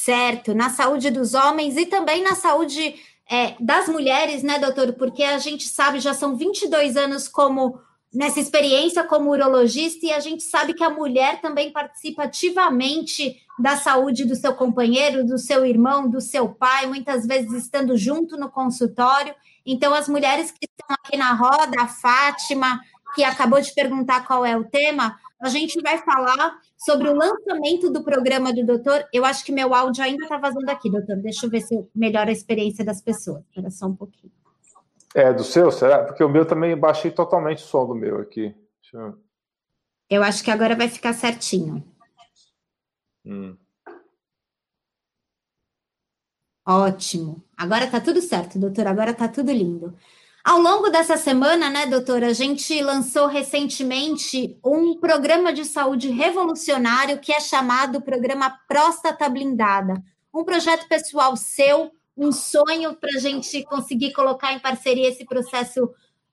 Certo, na saúde dos homens e também na saúde das mulheres, né, doutor? Porque a gente sabe, já são 22 anos nessa experiência como urologista, e a gente sabe que a mulher também participa ativamente da saúde do seu companheiro, do seu irmão, do seu pai, muitas vezes estando junto no consultório. Então, as mulheres que estão aqui na roda, a Fátima, que acabou de perguntar qual é o tema, a gente vai falar sobre o lançamento do programa do doutor. Eu acho que meu áudio ainda está vazando aqui, doutor. Deixa eu ver se melhora a experiência das pessoas. Espera só um pouquinho. Do seu, será? Porque o meu também baixei totalmente o som do meu aqui. Eu acho que agora vai ficar certinho. Ótimo. Agora tá tudo certo, doutor. Agora tá tudo lindo. Ao longo dessa semana, né, doutora, a gente lançou recentemente um programa de saúde revolucionário que é chamado Programa Próstata Blindada. Um projeto pessoal seu, um sonho para a gente conseguir colocar em parceria esse processo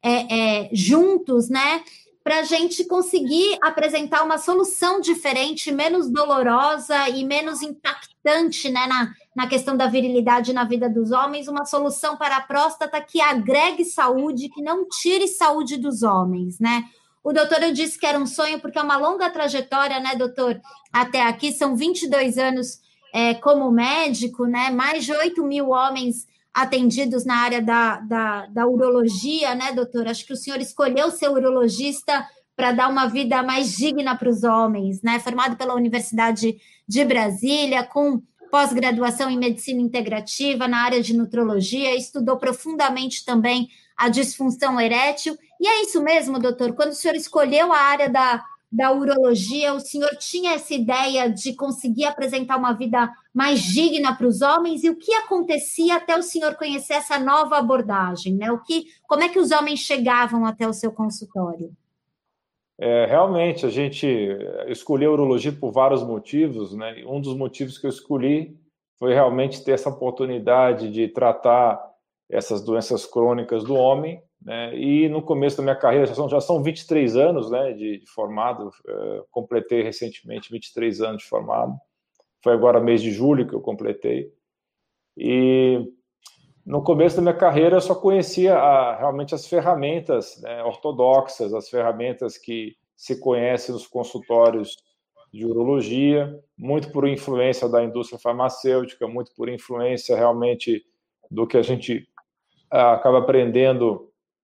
juntos, né? Para a gente conseguir apresentar uma solução diferente, menos dolorosa e menos impactante, né, na questão da virilidade na vida dos homens, uma solução para a próstata que agregue saúde, que não tire saúde dos homens, né? O doutor, eu disse que era um sonho porque é uma longa trajetória, né, doutor? Até aqui, são 22 anos como médico, né? Mais de 8 mil homens atendidos na área da urologia, né, doutor? Acho que o senhor escolheu ser urologista para dar uma vida mais digna para os homens, né? Formado pela Universidade de Brasília, com pós-graduação em medicina integrativa na área de nutrologia, estudou profundamente também a disfunção erétil. E é isso mesmo, doutor? Quando o senhor escolheu a área da urologia, o senhor tinha essa ideia de conseguir apresentar uma vida mais digna para os homens? E o que acontecia até o senhor conhecer essa nova abordagem, né? Como é que os homens chegavam até o seu consultório? Realmente, a gente escolheu a urologia por vários motivos, né? Um dos motivos que eu escolhi foi realmente ter essa oportunidade de tratar essas doenças crônicas do homem, né? E no começo da minha carreira, já são 23 anos, né, de formado, completei recentemente 23 anos de formado, foi agora mês de julho que eu completei, e no começo da minha carreira eu só conhecia realmente as ferramentas, né, ortodoxas, as ferramentas que se conhecem nos consultórios de urologia, muito por influência da indústria farmacêutica, muito por influência realmente do que a gente acaba aprendendo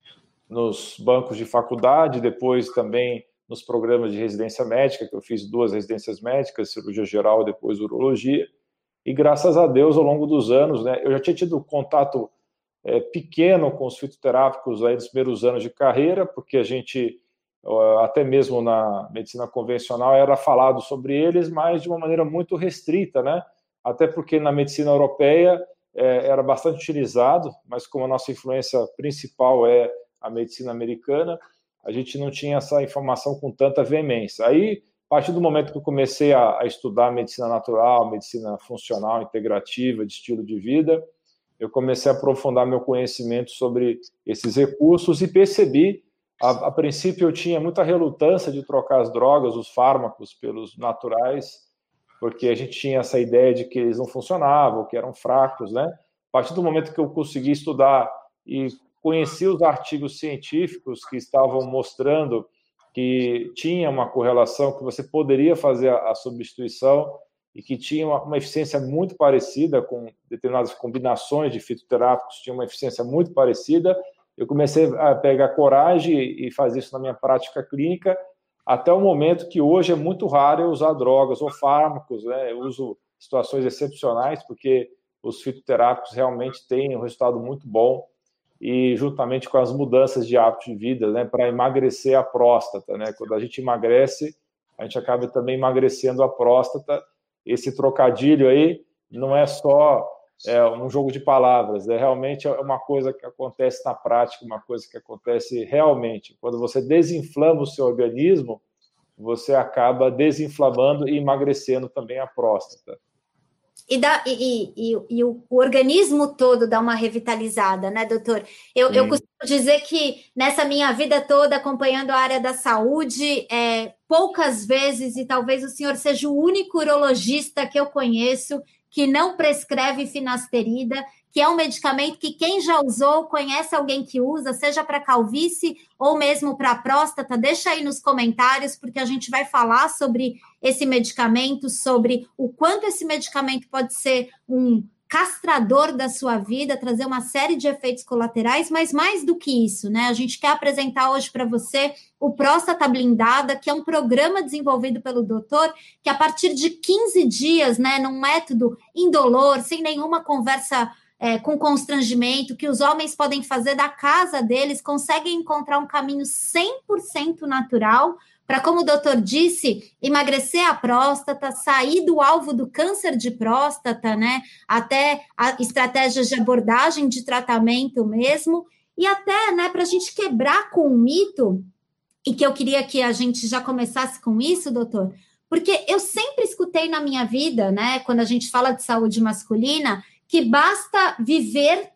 nos bancos de faculdade, depois também nos programas de residência médica, que eu fiz 2 residências médicas, cirurgia geral e depois urologia. E graças a Deus, ao longo dos anos, né, eu já tinha tido contato pequeno com os fitoterápicos aí nos primeiros anos de carreira, porque a gente, até mesmo na medicina convencional, era falado sobre eles, mas de uma maneira muito restrita, né? Até porque na medicina europeia era bastante utilizado, mas como a nossa influência principal é a medicina americana, a gente não tinha essa informação com tanta veemência. Aí, a partir do momento que eu comecei a estudar medicina natural, medicina funcional, integrativa, de estilo de vida, eu comecei a aprofundar meu conhecimento sobre esses recursos e percebi, a princípio eu tinha muita relutância de trocar as drogas, os fármacos, pelos naturais, porque a gente tinha essa ideia de que eles não funcionavam, que eram fracos, né? A partir do momento que eu consegui estudar e conheci os artigos científicos que estavam mostrando que tinha uma correlação, que você poderia fazer a substituição e que tinha uma eficiência muito parecida com determinadas combinações de fitoterápicos, tinha uma eficiência muito parecida, eu comecei a pegar coragem e fazer isso na minha prática clínica, até o momento que hoje é muito raro eu usar drogas ou fármacos, né? Eu uso situações excepcionais, porque os fitoterápicos realmente têm um resultado muito bom, e juntamente com as mudanças de hábito de vida, né, para emagrecer a próstata, né? Quando a gente emagrece, a gente acaba também emagrecendo a próstata. Esse trocadilho aí não é só um jogo de palavras, realmente uma coisa que acontece na prática, uma coisa que acontece realmente. Quando você desinflama o seu organismo, você acaba desinflamando e emagrecendo também a próstata. E o organismo todo dá uma revitalizada, né, doutor? Eu costumo dizer que nessa minha vida toda, acompanhando a área da saúde, poucas vezes, e talvez o senhor seja o único urologista que eu conheço que não prescreve finasterida, que é um medicamento que quem já usou, conhece alguém que usa, seja para calvície ou mesmo para próstata, deixa aí nos comentários, porque a gente vai falar sobre esse medicamento, sobre o quanto esse medicamento pode ser um castrador da sua vida, trazer uma série de efeitos colaterais, mas mais do que isso, né? A gente quer apresentar hoje para você o Próstata Blindada, que é um programa desenvolvido pelo doutor, que a partir de 15 dias, né, num método indolor, sem nenhuma conversa com constrangimento, que os homens podem fazer da casa deles, conseguem encontrar um caminho 100% natural para, como o doutor disse, emagrecer a próstata, sair do alvo do câncer de próstata, né, até estratégias de abordagem de tratamento mesmo, e até, né, para a gente quebrar com o mito, e que eu queria que a gente já começasse com isso, doutor, porque eu sempre escutei na minha vida, né, quando a gente fala de saúde masculina, que basta viver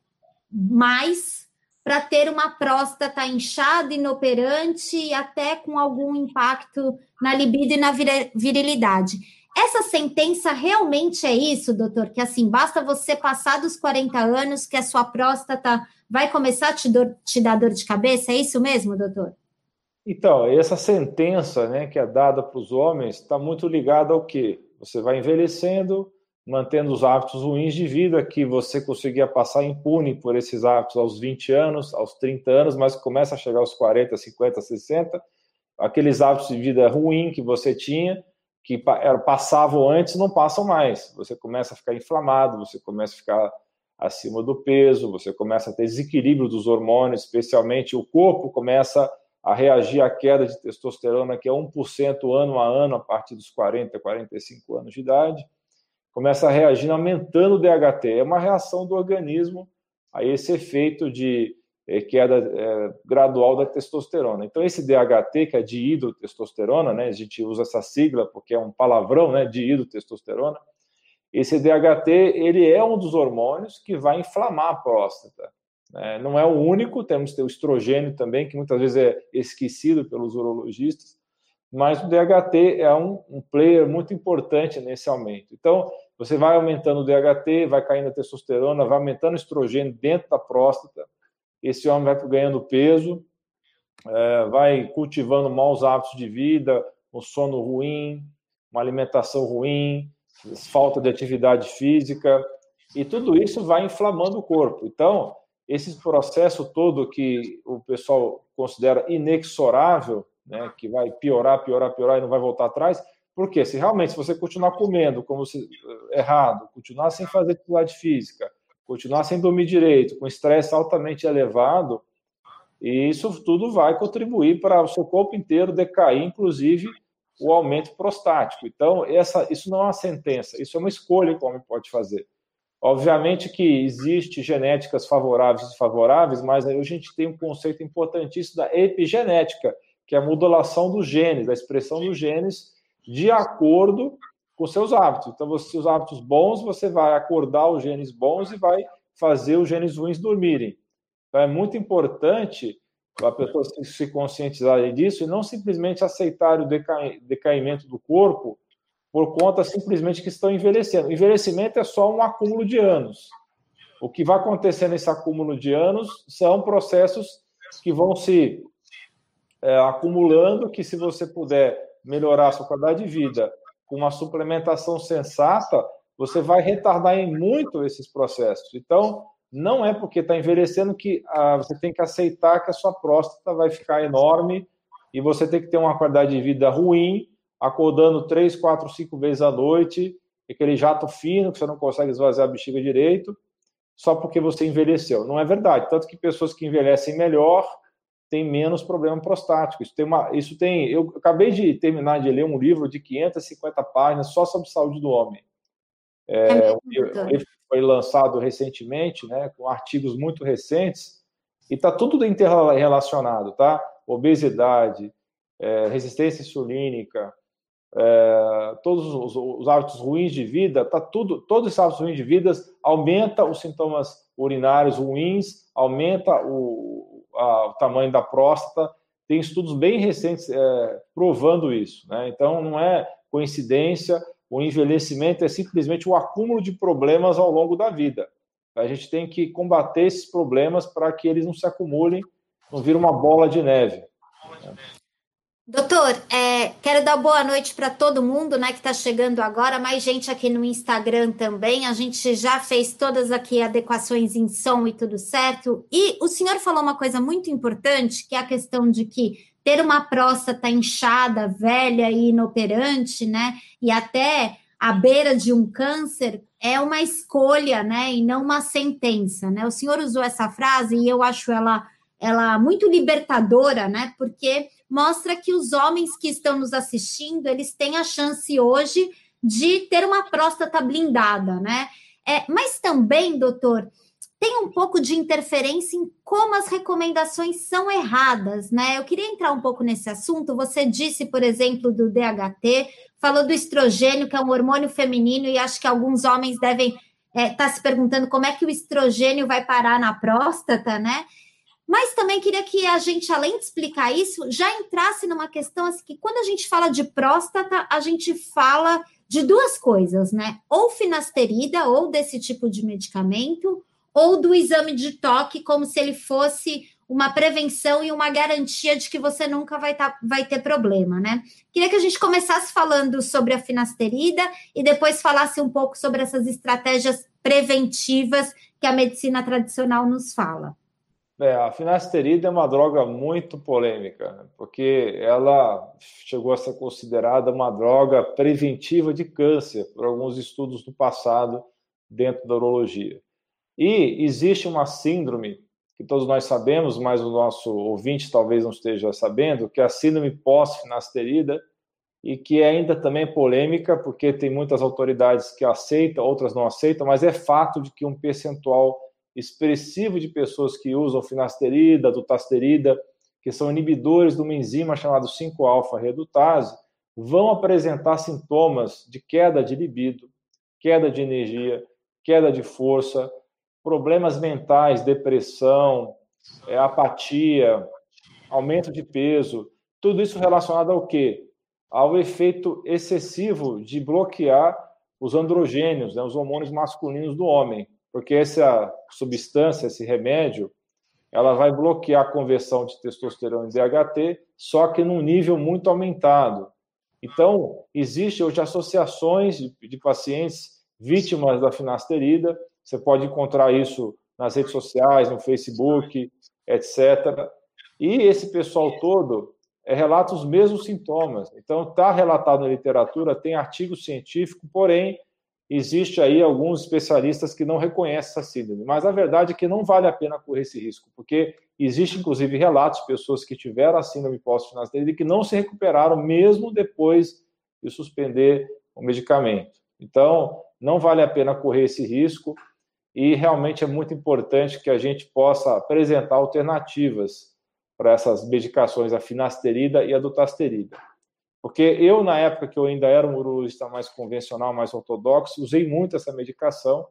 mais para ter uma próstata inchada, inoperante e até com algum impacto na libido e na virilidade. Essa sentença realmente é isso, doutor? Que assim, basta você passar dos 40 anos que a sua próstata vai começar a te dar dor de cabeça? É isso mesmo, doutor? Então, essa sentença, né, que é dada para os homens está muito ligada ao quê? Você vai envelhecendo, mantendo os hábitos ruins de vida, que você conseguia passar impune por esses hábitos aos 20 anos, aos 30 anos, mas começa a chegar aos 40, 50, 60, aqueles hábitos de vida ruim que você tinha, que passavam antes, não passam mais. Você começa a ficar inflamado, você começa a ficar acima do peso, você começa a ter desequilíbrio dos hormônios, especialmente o corpo começa a reagir à queda de testosterona, que é 1% ano a ano, a partir dos 40, 45 anos de idade, começa a reagir aumentando o DHT. É uma reação do organismo a esse efeito de queda gradual da testosterona. Então, esse DHT, que é dihidrotestosterona, né, a gente usa essa sigla porque é um palavrão, né, dihidrotestosterona, esse DHT, ele é um dos hormônios que vai inflamar a próstata. Não é o único, temos que ter o estrogênio também, que muitas vezes é esquecido pelos urologistas, mas o DHT é um player muito importante nesse aumento. Então, você vai aumentando o DHT, vai caindo a testosterona, vai aumentando o estrogênio dentro da próstata, esse homem vai ganhando peso, vai cultivando maus hábitos de vida, um sono ruim, uma alimentação ruim, falta de atividade física, e tudo isso vai inflamando o corpo. Então, esse processo todo que o pessoal considera inexorável, né, que vai piorar e não vai voltar atrás, porque se realmente você continuar comendo como errado, continuar sem fazer atividade física, continuar sem dormir direito, com estresse altamente elevado, e isso tudo vai contribuir para o seu corpo inteiro decair, inclusive o aumento prostático. Então, isso não é uma sentença, isso é uma escolha que o homem pode fazer. Obviamente que existe genéticas favoráveis e desfavoráveis, mas aí a gente tem um conceito importantíssimo da epigenética, que é a modulação dos genes, a expressão dos genes de acordo com seus hábitos. Então, os hábitos bons, você vai acordar os genes bons e vai fazer os genes ruins dormirem. Então, é muito importante a pessoa se conscientizar disso e não simplesmente aceitar o decaimento do corpo por conta simplesmente que estão envelhecendo. O envelhecimento é só um acúmulo de anos. O que vai acontecer nesse acúmulo de anos são processos que vão se acumulando, que se você puder melhorar a sua qualidade de vida com uma suplementação sensata, você vai retardar em muito esses processos. Então, não é porque está envelhecendo que você tem que aceitar que a sua próstata vai ficar enorme e você tem que ter uma qualidade de vida ruim, acordando 3, 4, 5 vezes à noite, aquele jato fino que você não consegue esvaziar a bexiga direito, só porque você envelheceu. Não é verdade. Tanto que pessoas que envelhecem melhor têm menos problema prostático. Eu acabei de terminar de ler um livro de 550 páginas só sobre saúde do homem. O livro foi lançado recentemente, né, com artigos muito recentes, e está tudo interrelacionado, tá? Obesidade, resistência insulínica, todos os hábitos ruins de vida, todos esses hábitos ruins de vida aumenta os sintomas urinários ruins, aumenta o tamanho da próstata. Tem estudos bem recentes provando isso, né? Então, não é coincidência. O envelhecimento é simplesmente o acúmulo de problemas ao longo da vida. A gente tem que combater esses problemas para que eles não se acumulem, não virem uma bola de neve. Doutor, quero dar boa noite para todo mundo, né, que está chegando agora, mais gente aqui no Instagram também, a gente já fez todas aqui adequações em som e tudo certo, e o senhor falou uma coisa muito importante, que é a questão de que ter uma próstata inchada, velha e inoperante, né, e até à beira de um câncer, é uma escolha, né, e não uma sentença, né, o senhor usou essa frase e eu acho ela muito libertadora, né, porque mostra que os homens que estão nos assistindo, eles têm a chance hoje de ter uma próstata blindada, né? Mas também, doutor, tem um pouco de interferência em como as recomendações são erradas, né? Eu queria entrar um pouco nesse assunto. Você disse, por exemplo, do DHT, falou do estrogênio, que é um hormônio feminino, e acho que alguns homens devem estar se perguntando como é que o estrogênio vai parar na próstata, né? Mas também queria que a gente, além de explicar isso, já entrasse numa questão assim, que quando a gente fala de próstata, a gente fala de duas coisas, né? Ou finasterida, ou desse tipo de medicamento, ou do exame de toque, como se ele fosse uma prevenção e uma garantia de que você nunca vai ter problema, né? Queria que a gente começasse falando sobre a finasterida e depois falasse um pouco sobre essas estratégias preventivas que a medicina tradicional nos fala. A finasterida é uma droga muito polêmica, porque ela chegou a ser considerada uma droga preventiva de câncer por alguns estudos do passado dentro da urologia. E existe uma síndrome que todos nós sabemos, mas o nosso ouvinte talvez não esteja sabendo, que é a síndrome pós-finasterida, e que ainda também é polêmica, porque tem muitas autoridades que aceitam, outras não aceitam, mas é fato de que um percentual expressivo de pessoas que usam finasterida, dutasterida, que são inibidores de uma enzima chamada 5-alfa-redutase, vão apresentar sintomas de queda de libido, queda de energia, queda de força, problemas mentais, depressão, apatia, aumento de peso, tudo isso relacionado ao quê? Ao efeito excessivo de bloquear os androgênios, né, os hormônios masculinos do homem, porque essa substância, esse remédio, ela vai bloquear a conversão de testosterona em DHT, só que num nível muito aumentado. Então, existem hoje associações de pacientes vítimas da finasterida, você pode encontrar isso nas redes sociais, no Facebook, etc. E esse pessoal todo relata os mesmos sintomas. Então, está relatado na literatura, tem artigo científico, porém, existe aí alguns especialistas que não reconhecem essa síndrome. Mas a verdade é que não vale a pena correr esse risco, porque existe, inclusive, relatos de pessoas que tiveram a síndrome pós-finasterida e que não se recuperaram mesmo depois de suspender o medicamento. Então, não vale a pena correr esse risco e realmente é muito importante que a gente possa apresentar alternativas para essas medicações, a finasterida e a dutasterida. Porque eu, na época que eu ainda era um urologista mais convencional, mais ortodoxo, usei muito essa medicação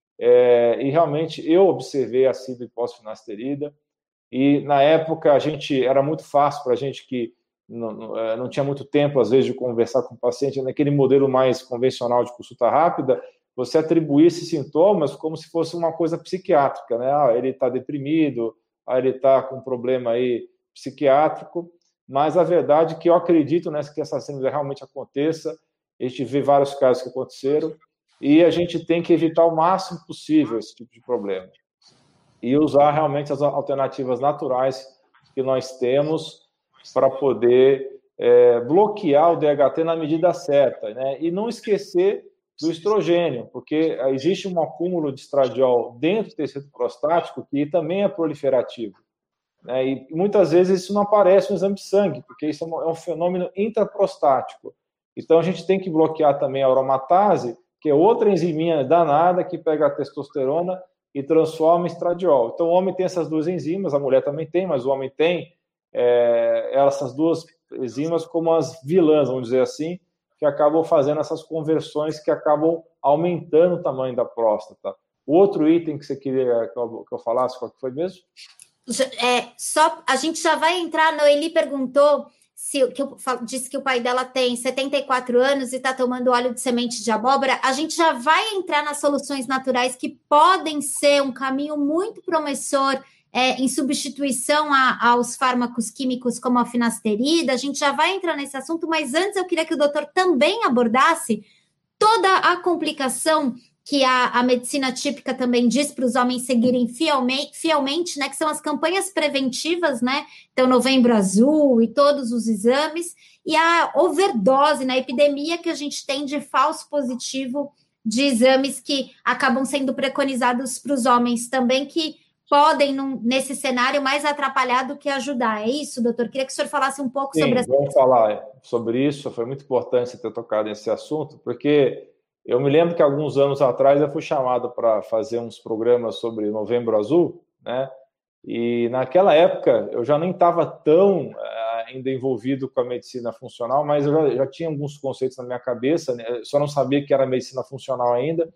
e realmente eu observei a síndrome pós-finasterida e, na época, era muito fácil para a gente que não tinha muito tempo, às vezes, de conversar com o paciente, naquele modelo mais convencional de consulta rápida, você atribuir esses sintomas como se fosse uma coisa psiquiátrica, né? Ele está deprimido, ele está com um problema aí psiquiátrico, mas a verdade é que eu acredito, né, que essa síndrome realmente aconteça, a gente vê vários casos que aconteceram, e a gente tem que evitar o máximo possível esse tipo de problema. E usar realmente as alternativas naturais que nós temos para poder bloquear o DHT na medida certa, né? E não esquecer do estrogênio, porque existe um acúmulo de estradiol dentro do tecido prostático que também é proliferativo. Né? E muitas vezes isso não aparece no exame de sangue, porque isso é um fenômeno intraprostático. Então a gente tem que bloquear também a aromatase, que é outra enziminha danada que pega a testosterona e transforma em estradiol. Então o homem tem essas duas enzimas, a mulher também tem, mas o homem tem essas duas enzimas como as vilãs, vamos dizer assim, que acabam fazendo essas conversões que acabam aumentando o tamanho da próstata. O outro item que você queria que eu falasse, qual que foi mesmo? A gente já vai entrar, a Noeli perguntou disse que o pai dela tem 74 anos e está tomando óleo de semente de abóbora, a gente já vai entrar nas soluções naturais que podem ser um caminho muito promissor em substituição aos fármacos químicos como a finasterida. A gente já vai entrar nesse assunto, mas antes eu queria que o doutor também abordasse toda a complicação que a medicina típica também diz para os homens seguirem fielmente, né, que são as campanhas preventivas, né, então Novembro Azul e todos os exames, e a overdose, na epidemia que a gente tem de falso positivo de exames que acabam sendo preconizados para os homens também, que podem, nesse cenário, mais atrapalhar do que ajudar. É isso, doutor? Queria que o senhor falasse um pouco sobre essa... Vamos falar sobre isso. Foi muito importante você ter tocado nesse assunto, porque eu me lembro que alguns anos atrás eu fui chamado para fazer uns programas sobre Novembro Azul, né? E naquela época eu já nem estava tão ainda envolvido com a medicina funcional, mas eu já tinha alguns conceitos na minha cabeça, né? Eu só não sabia que era medicina funcional ainda.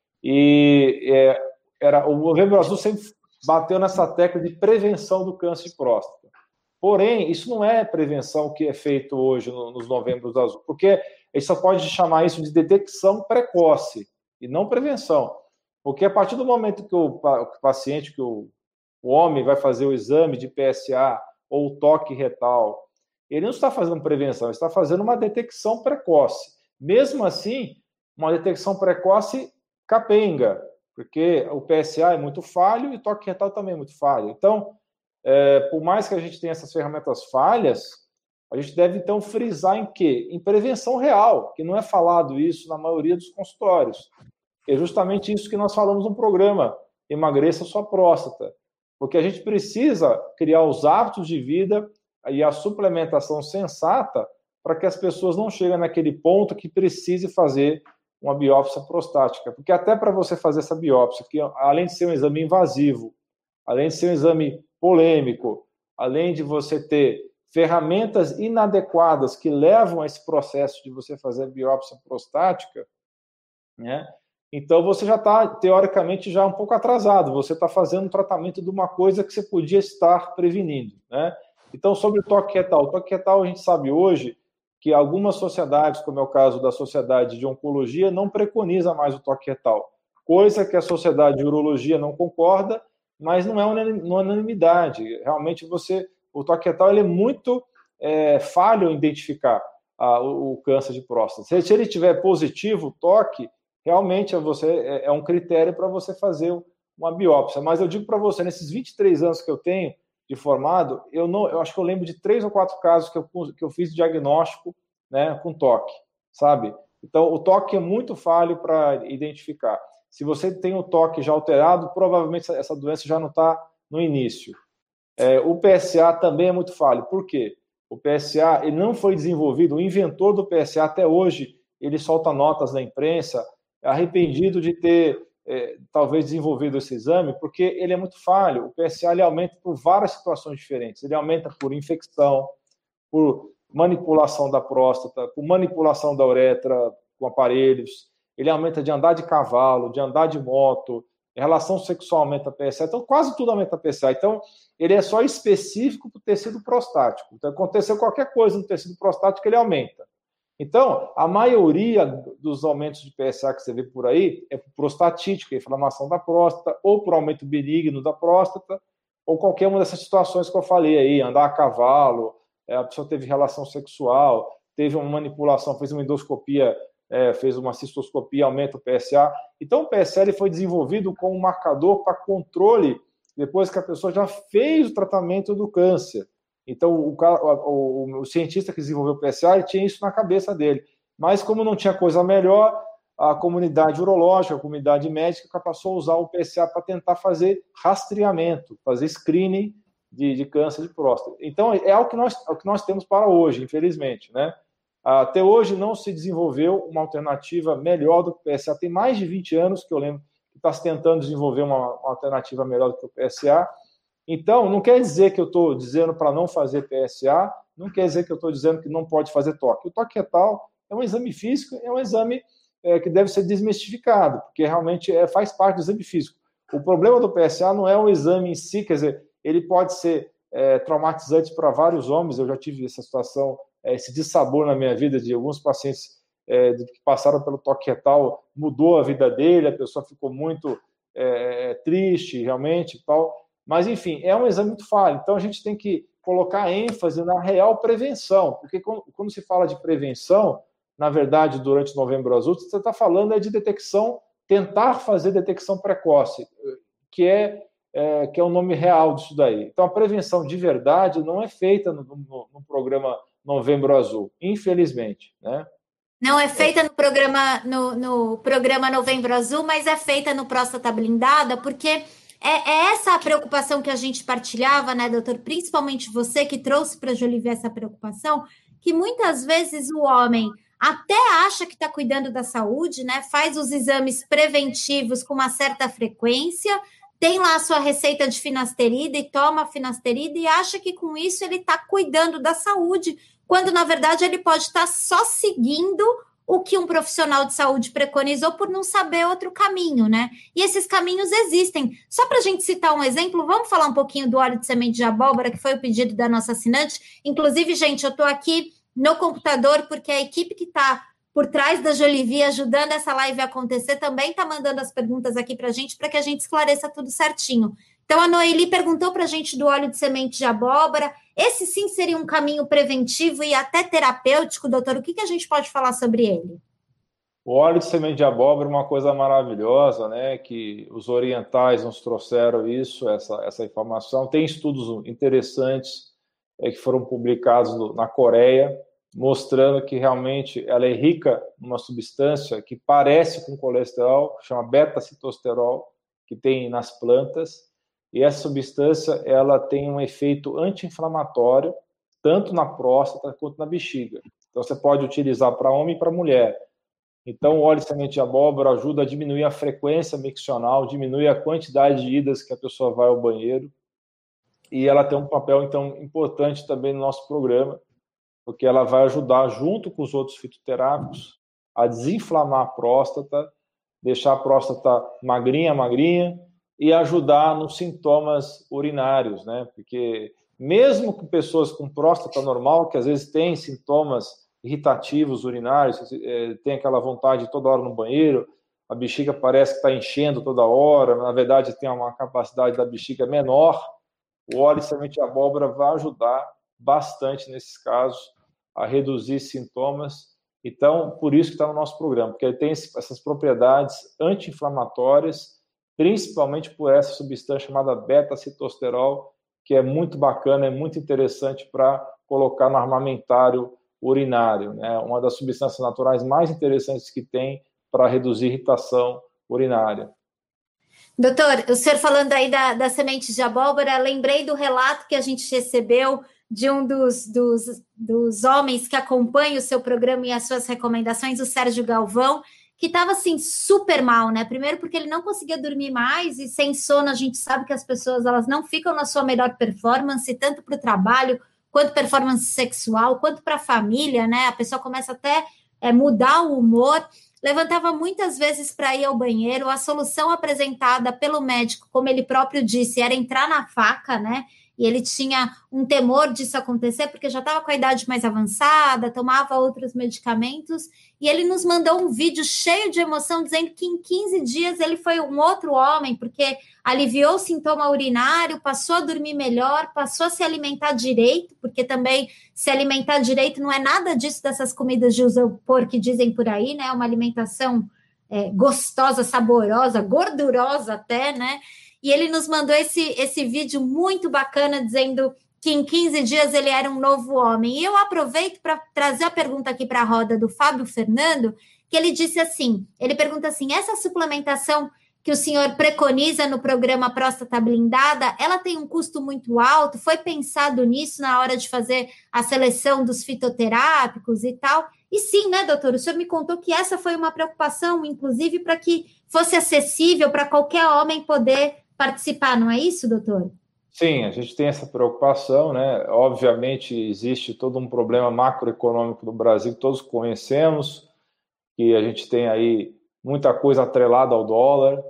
E o Novembro Azul sempre bateu nessa tecla de prevenção do câncer de próstata. Porém, isso não é prevenção que é feito hoje nos Novembros Azul, porque a gente só pode chamar isso de detecção precoce e não prevenção. Porque a partir do momento que o paciente, que o homem vai fazer o exame de PSA ou o toque retal, ele não está fazendo prevenção, ele está fazendo uma detecção precoce. Mesmo assim, uma detecção precoce capenga, porque o PSA é muito falho e o toque retal também é muito falho. Então, por mais que a gente tenha essas ferramentas falhas, a gente deve, então, frisar em quê? Em prevenção real, que não é falado isso na maioria dos consultórios. É justamente isso que nós falamos no programa Emagreça Sua Próstata, porque a gente precisa criar os hábitos de vida e a suplementação sensata para que as pessoas não cheguem naquele ponto que precise fazer uma biópsia prostática. Porque até para você fazer essa biópsia, que além de ser um exame invasivo, além de ser um exame polêmico, além de você ter ferramentas inadequadas que levam a esse processo de você fazer a biópsia prostática, né? Então você já está, teoricamente, já um pouco atrasado. Você está fazendo um tratamento de uma coisa que você podia estar prevenindo, né? Então, sobre o toque retal. O toque retal, a gente sabe hoje que algumas sociedades, como é o caso da Sociedade de Oncologia, não preconiza mais o toque retal. Coisa que a Sociedade de Urologia não concorda, mas não é unanimidade. Realmente, o toque retal ele é muito falho em identificar o câncer de próstata. Se ele tiver positivo, o toque, realmente é um critério para você fazer uma biópsia. Mas eu digo para você, nesses 23 anos que eu tenho de formado, eu acho que eu lembro de 3 ou 4 casos que eu fiz diagnóstico, né, com toque, sabe? Então, o toque é muito falho para identificar. Se você tem o toque já alterado, provavelmente essa doença já não está no início. O PSA também é muito falho. Por quê? O PSA ele não foi desenvolvido, o inventor do PSA até hoje, ele solta notas na imprensa, arrependido de ter talvez desenvolvido esse exame, porque ele é muito falho. O PSA ele aumenta por várias situações diferentes. Ele aumenta por infecção, por manipulação da próstata, por manipulação da uretra com aparelhos. Ele aumenta de andar de cavalo, de andar de moto, relação sexual aumenta PSA. Então, quase tudo aumenta PSA. Então, ele é só específico para o tecido prostático. Então, aconteceu qualquer coisa no tecido prostático, ele aumenta. Então, a maioria dos aumentos de PSA que você vê por aí é por prostatite, que é inflamação da próstata, ou por aumento benigno da próstata, ou qualquer uma dessas situações que eu falei aí, andar a cavalo, a pessoa teve relação sexual, teve uma manipulação, fez uma endoscopia, fez uma cistoscopia, aumenta o PSA. Então, o PSA ele foi desenvolvido como um marcador para controle depois que a pessoa já fez o tratamento do câncer. Então, o cientista que desenvolveu o PSA ele tinha isso na cabeça dele. Mas, como não tinha coisa melhor, a comunidade urológica, a comunidade médica passou a usar o PSA para tentar fazer rastreamento, fazer screening de câncer de próstata. Então, é o que nós temos para hoje, infelizmente, né? Até hoje não se desenvolveu uma alternativa melhor do que o PSA. Tem mais de 20 anos que eu lembro que está se tentando desenvolver uma alternativa melhor do que o PSA. Então, não quer dizer que eu estou dizendo para não fazer PSA, não quer dizer que eu estou dizendo que não pode fazer toque. O toque retal é um exame físico, é um exame que deve ser desmistificado, porque realmente faz parte do exame físico. O problema do PSA não é o exame em si, quer dizer, ele pode ser traumatizantes para vários homens. Eu já tive essa situação, esse dissabor na minha vida de alguns pacientes que passaram pelo toque retal, mudou a vida dele, a pessoa ficou muito triste, realmente, tal. Mas, enfim, é um exame muito falho. Então, a gente tem que colocar ênfase na real prevenção, porque quando se fala de prevenção, na verdade, durante o Novembro Azul, você está falando de detecção, tentar fazer detecção precoce, que é o nome real disso daí. Então, a prevenção de verdade não é feita no programa Novembro Azul, infelizmente, né? Não é feita no programa Novembro Azul, mas é feita no Próstata Blindada, porque é essa a preocupação que a gente partilhava, né, doutor? Principalmente você que trouxe para a Jolivia essa preocupação, que muitas vezes o homem até acha que está cuidando da saúde, né? Faz os exames preventivos com uma certa frequência, tem lá a sua receita de finasterida e toma a finasterida e acha que com isso ele está cuidando da saúde, quando na verdade ele pode estar só seguindo o que um profissional de saúde preconizou por não saber outro caminho, né? E esses caminhos existem. Só para a gente citar um exemplo, vamos falar um pouquinho do óleo de semente de abóbora, que foi o pedido da nossa assinante. Inclusive, gente, eu estou aqui no computador porque a equipe que está por trás da Jolivia ajudando essa live a acontecer também está mandando as perguntas aqui para que a gente esclareça tudo certinho. Então, a Noeli perguntou para a gente do óleo de semente de abóbora. Esse sim seria um caminho preventivo e até terapêutico, doutor. O que a gente pode falar sobre ele? O óleo de semente de abóbora é uma coisa maravilhosa, né? Que os orientais nos trouxeram essa informação. Tem estudos interessantes que foram publicados na Coreia, mostrando que realmente ela é rica numa substância que parece com colesterol, chama beta-citosterol, que tem nas plantas. E essa substância ela tem um efeito anti-inflamatório, tanto na próstata quanto na bexiga. Então, você pode utilizar para homem e para mulher. Então, o óleo de semente de abóbora ajuda a diminuir a frequência miccional, diminui a quantidade de idas que a pessoa vai ao banheiro. E ela tem um papel, então, importante também no nosso programa, porque ela vai ajudar, junto com os outros fitoterápicos, a desinflamar a próstata, deixar a próstata magrinha, e ajudar nos sintomas urinários, né? Porque mesmo com pessoas com próstata normal, que às vezes têm sintomas irritativos urinários, tem aquela vontade toda hora no banheiro, a bexiga parece que está enchendo toda hora, na verdade tem uma capacidade da bexiga menor, o óleo de semente de abóbora vai ajudar bastante nesses casos a reduzir sintomas. Então, por isso que está no nosso programa, porque ele tem essas propriedades anti-inflamatórias, principalmente por essa substância chamada beta-citosterol, que é muito bacana, é muito interessante para colocar no armamentário urinário, né? Uma das substâncias naturais mais interessantes que tem para reduzir irritação urinária. Doutor, o senhor falando aí da semente de abóbora, lembrei do relato que a gente recebeu de um dos homens que acompanha o seu programa e as suas recomendações, o Sérgio Galvão, que estava assim super mal, né? Primeiro porque ele não conseguia dormir mais, e sem sono a gente sabe que as pessoas elas não ficam na sua melhor performance, tanto para o trabalho, quanto performance sexual, quanto para a família, né? A pessoa começa até mudar o humor, levantava muitas vezes para ir ao banheiro. A solução apresentada pelo médico, como ele próprio disse, era entrar na faca, né? E ele tinha um temor disso acontecer, porque já estava com a idade mais avançada, tomava outros medicamentos, e ele nos mandou um vídeo cheio de emoção, dizendo que em 15 dias ele foi um outro homem, porque aliviou o sintoma urinário, passou a dormir melhor, passou a se alimentar direito, porque também se alimentar direito não é nada disso dessas comidas de isopor que dizem por aí, né? Uma alimentação gostosa, saborosa, gordurosa até, né? E ele nos mandou esse vídeo muito bacana, dizendo que em 15 dias ele era um novo homem. E eu aproveito para trazer a pergunta aqui para a roda do Fábio Fernando, que ele disse assim, ele pergunta assim, essa suplementação que o senhor preconiza no programa Próstata Blindada, ela tem um custo muito alto? Foi pensado nisso na hora de fazer a seleção dos fitoterápicos e tal? E sim, né, doutor? O senhor me contou que essa foi uma preocupação, inclusive, para que fosse acessível para qualquer homem poder participar, não é isso, doutor? Sim, a gente tem essa preocupação, né? Obviamente existe todo um problema macroeconômico no Brasil que todos conhecemos, que a gente tem aí muita coisa atrelada ao dólar,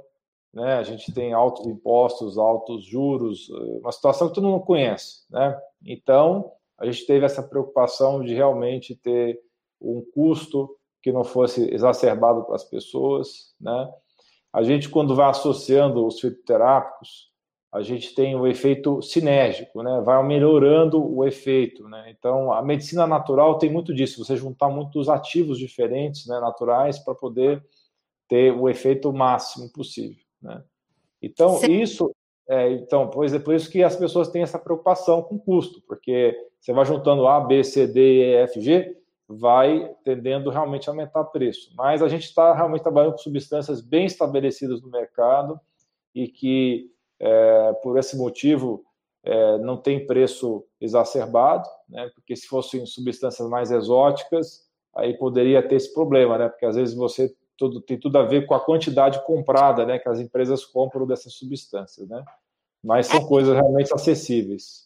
né? A gente tem altos impostos, altos juros, uma situação que todo mundo conhece, né? Então, a gente teve essa preocupação de realmente ter um custo que não fosse exacerbado para as pessoas, né? A gente, quando vai associando os fitoterápicos, a gente tem o efeito sinérgico, né? Vai melhorando o efeito, né? Então, a medicina natural tem muito disso, você juntar muitos ativos diferentes, né, naturais, para poder ter o efeito máximo possível, né? Então, isso, pois é por isso que as pessoas têm essa preocupação com custo, porque você vai juntando A, B, C, D, E, F, G, vai tendendo realmente a aumentar o preço. Mas a gente está realmente trabalhando com substâncias bem estabelecidas no mercado e que, por esse motivo, não tem preço exacerbado, né? Porque se fossem substâncias mais exóticas, aí poderia ter esse problema, né? Porque às vezes tem tudo a ver com a quantidade comprada, né? Que as empresas compram dessas substâncias, né? Mas são coisas realmente acessíveis.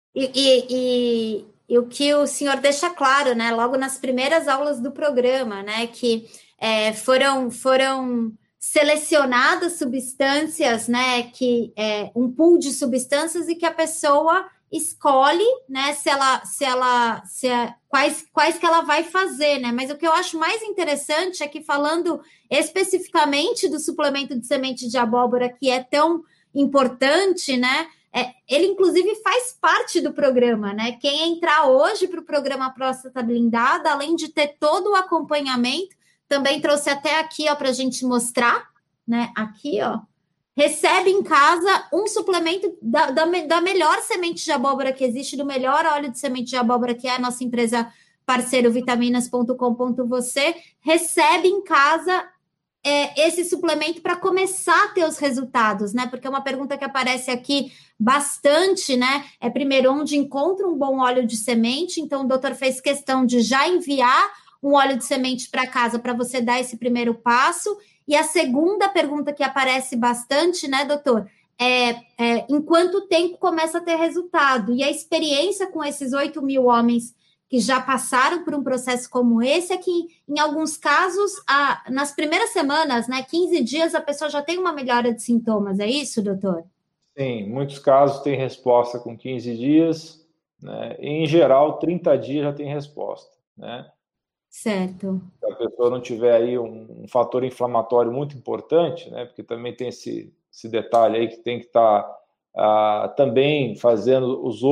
E o que o senhor deixa claro, né? Logo nas primeiras aulas do programa, né? Que foram selecionadas substâncias, né? Que um pool de substâncias e que a pessoa escolhe, né? Quais que ela vai fazer, né? Mas o que eu acho mais interessante é que, falando especificamente do suplemento de semente de abóbora, que é tão importante, né? Ele, inclusive, faz parte do programa, né? Quem entrar hoje para o programa Próstata Blindada, além de ter todo o acompanhamento, também trouxe até aqui, ó, para a gente mostrar, né? Aqui, ó. Recebe em casa um suplemento da melhor semente de abóbora que existe, do melhor óleo de semente de abóbora, que é a nossa empresa parceiro vitaminas.com.você, recebe em casa esse suplemento para começar a ter os resultados, né? Porque é uma pergunta que aparece aqui bastante, né? Primeiro, onde encontra um bom óleo de semente? Então, o doutor fez questão de já enviar um óleo de semente para casa para você dar esse primeiro passo. E a segunda pergunta que aparece bastante, né, doutor? Em quanto tempo começa a ter resultado? E a experiência com esses 8 mil homens que já passaram por um processo como esse, é que, em alguns casos, nas primeiras semanas, né, 15 dias, a pessoa já tem uma melhora de sintomas. É isso, doutor? Sim, em muitos casos tem resposta com 15 dias, né? Em geral, 30 dias já tem resposta, né? Certo. Se a pessoa não tiver aí um fator inflamatório muito importante, né? Porque também tem esse detalhe aí que tem que estar também fazendo as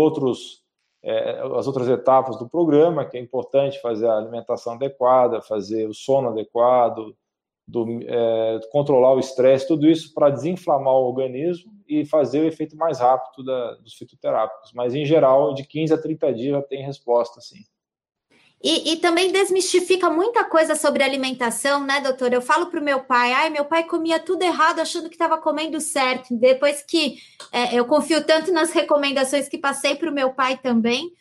outras etapas do programa, que é importante fazer a alimentação adequada, fazer o sono adequado, controlar o estresse, tudo isso para desinflamar o organismo e fazer o efeito mais rápido dos fitoterápicos. Mas, em geral, de 15 a 30 dias já tem resposta, sim. E também desmistifica muita coisa sobre alimentação, né, doutor? Eu falo para o meu pai, meu pai comia tudo errado, achando que estava comendo certo. Depois que eu confio tanto nas recomendações que passei para o meu pai também,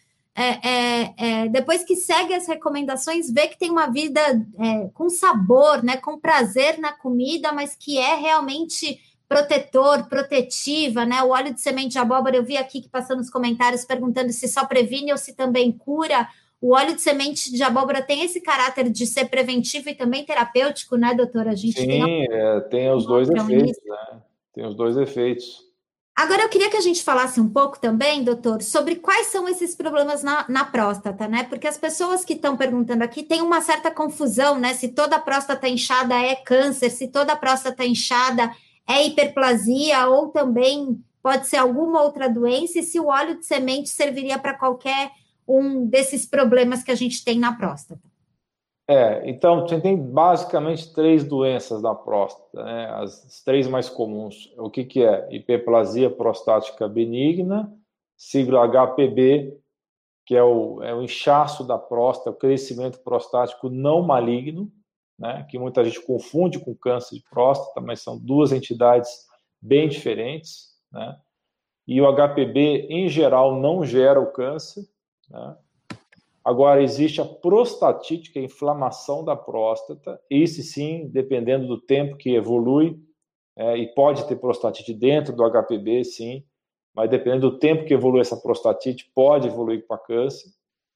depois que segue as recomendações, vê que tem uma vida com sabor, né, com prazer na comida, mas que é realmente protetor, protetiva, né? O óleo de semente de abóbora, eu vi aqui que passando nos comentários perguntando se só previne ou se também cura. O óleo de semente de abóbora tem esse caráter de ser preventivo e também terapêutico, né, doutora? A gente tem os dois efeitos, né? Tem os dois efeitos. Agora, eu queria que a gente falasse um pouco também, doutor, sobre quais são esses problemas na próstata, né? Porque as pessoas que estão perguntando aqui têm uma certa confusão, né? Se toda próstata inchada é câncer, se toda próstata inchada é hiperplasia, ou também pode ser alguma outra doença, e se o óleo de semente serviria para qualquer um desses problemas que a gente tem na próstata. Então, você tem basicamente 3 doenças na próstata, né? As 3 mais comuns. O que é? Hiperplasia prostática benigna, sigla HPB, que é o inchaço da próstata, o crescimento prostático não maligno, né? Que muita gente confunde com câncer de próstata, mas são 2 entidades bem diferentes, né? E o HPB, em geral, não gera o câncer, né? Agora, existe a prostatite, que é a inflamação da próstata. Esse sim, dependendo do tempo que evolui, e pode ter prostatite dentro do HPB, sim, mas dependendo do tempo que evolui essa prostatite, pode evoluir para câncer.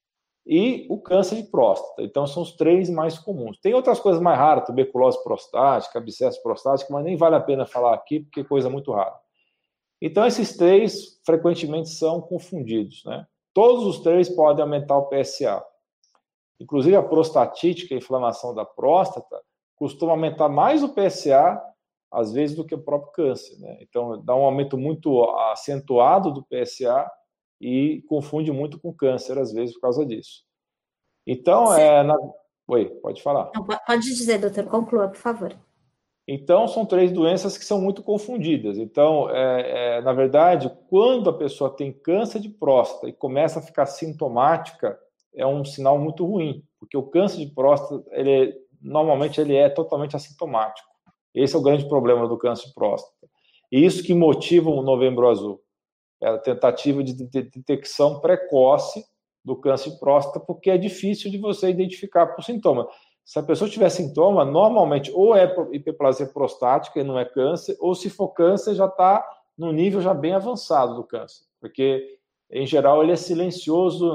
e o câncer de próstata. Então, são os 3 mais comuns. Tem outras coisas mais raras, tuberculose prostática, abscesso prostático, mas nem vale a pena falar aqui, porque é coisa muito rara. Então, esses 3 frequentemente são confundidos, né? Todos os 3 podem aumentar o PSA. Inclusive, a prostatite, que é a inflamação da próstata, costuma aumentar mais o PSA, às vezes, do que o próprio câncer, né? Então, dá um aumento muito acentuado do PSA e confunde muito com câncer, às vezes, por causa disso. Então, Oi, pode falar. Não, pode dizer, doutor, conclua, por favor. Então, são 3 doenças que são muito confundidas. Então, na verdade, quando a pessoa tem câncer de próstata e começa a ficar sintomática, é um sinal muito ruim, porque o câncer de próstata, normalmente, ele é totalmente assintomático. Esse é o grande problema do câncer de próstata. E isso que motiva o Novembro Azul. É a tentativa de detecção precoce do câncer de próstata, porque é difícil de você identificar por sintoma. Se a pessoa tiver sintoma, normalmente ou é hiperplasia prostática e não é câncer, ou se for câncer, já está no nível já bem avançado do câncer, porque, em geral, ele é silencioso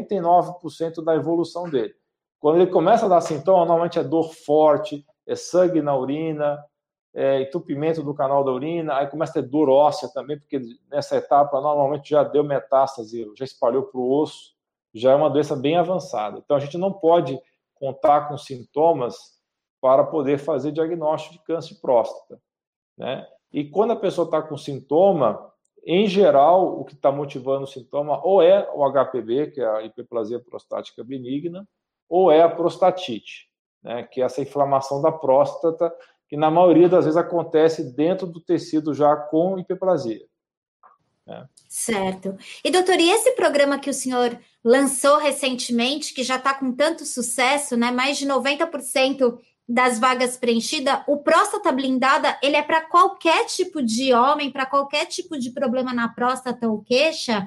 99% da evolução dele. Quando ele começa a dar sintoma, normalmente é dor forte, é sangue na urina, entupimento do canal da urina, aí começa a ter dor óssea também, porque nessa etapa normalmente já deu metástase, já espalhou para o osso, já é uma doença bem avançada. Então a gente não pode contar com sintomas para poder fazer diagnóstico de câncer de próstata, né? E quando a pessoa está com sintoma, em geral, o que está motivando o sintoma ou é o HPB, que é a hiperplasia prostática benigna, ou é a prostatite, né? Que é essa inflamação da próstata, que na maioria das vezes acontece dentro do tecido já com hiperplasia. Né? Certo. E, doutor, e esse programa que o senhor lançou recentemente, que já está com tanto sucesso, né? Mais de 90% das vagas preenchidas, o próstata blindada, ele é para qualquer tipo de homem, para qualquer tipo de problema na próstata ou queixa?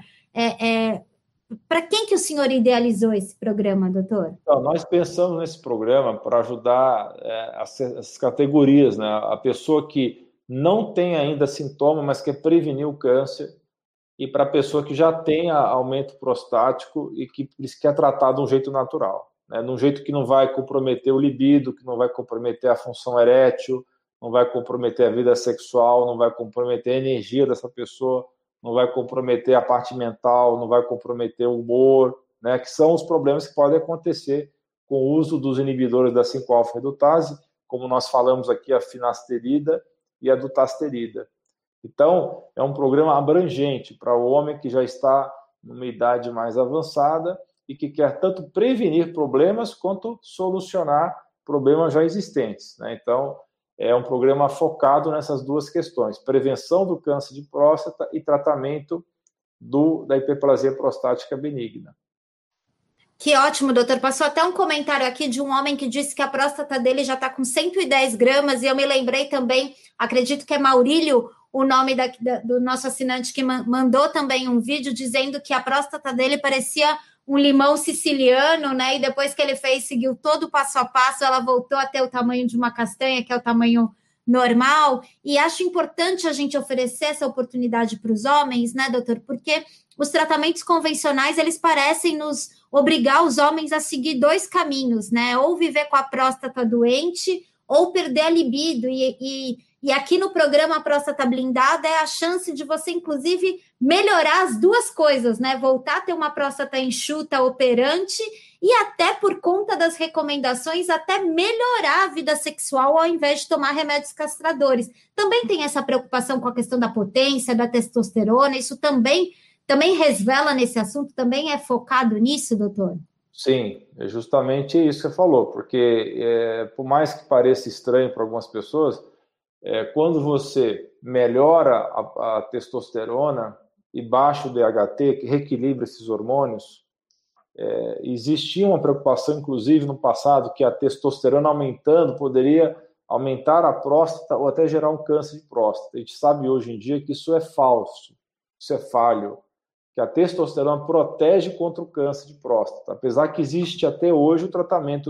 Para quem que o senhor idealizou esse programa, doutor? Então, nós pensamos nesse programa para ajudar as categorias, né? A pessoa que não tem ainda sintoma, mas quer prevenir o câncer, e para a pessoa que já tem aumento prostático e que quer tratar de um jeito natural, né? De um jeito que não vai comprometer o libido, que não vai comprometer a função erétil, não vai comprometer a vida sexual, não vai comprometer a energia dessa pessoa, não vai comprometer a parte mental, não vai comprometer o humor, né? Que são os problemas que podem acontecer com o uso dos inibidores da 5-alfa-redutase, como nós falamos aqui, a finasterida e a dutasterida. Então, é um programa abrangente para o homem que já está numa idade mais avançada e que quer tanto prevenir problemas quanto solucionar problemas já existentes, né? Então, é um programa focado nessas duas questões, prevenção do câncer de próstata e tratamento da hiperplasia prostática benigna. Que ótimo, doutor. Passou até um comentário aqui de um homem que disse que a próstata dele já está com 110 gramas, e eu me lembrei também, acredito que é Maurílio, o nome do nosso assinante, que mandou também um vídeo dizendo que a próstata dele parecia um limão siciliano, né? E depois que ele seguiu todo o passo a passo, ela voltou a ter o tamanho de uma castanha, que é o tamanho normal. E acho importante a gente oferecer essa oportunidade para os homens, né, doutor? Porque os tratamentos convencionais, eles parecem nos obrigar os homens a seguir 2 caminhos, né? Ou viver com a próstata doente, ou perder a libido. E aqui no programa Próstata Blindada é a chance de você, inclusive, melhorar as 2 coisas, né? Voltar a ter uma próstata enxuta, operante, e até por conta das recomendações, até melhorar a vida sexual ao invés de tomar remédios castradores. Também tem essa preocupação com a questão da potência, da testosterona, isso também resvela nesse assunto, também é focado nisso, doutor? Sim, é justamente isso que você falou, porque por mais que pareça estranho para algumas pessoas, quando você melhora a testosterona e baixa o DHT, que reequilibra esses hormônios, existia uma preocupação, inclusive no passado, que a testosterona aumentando poderia aumentar a próstata ou até gerar um câncer de próstata. A gente sabe hoje em dia que isso é falso, isso é falho, que a testosterona protege contra o câncer de próstata, apesar que existe até hoje o tratamento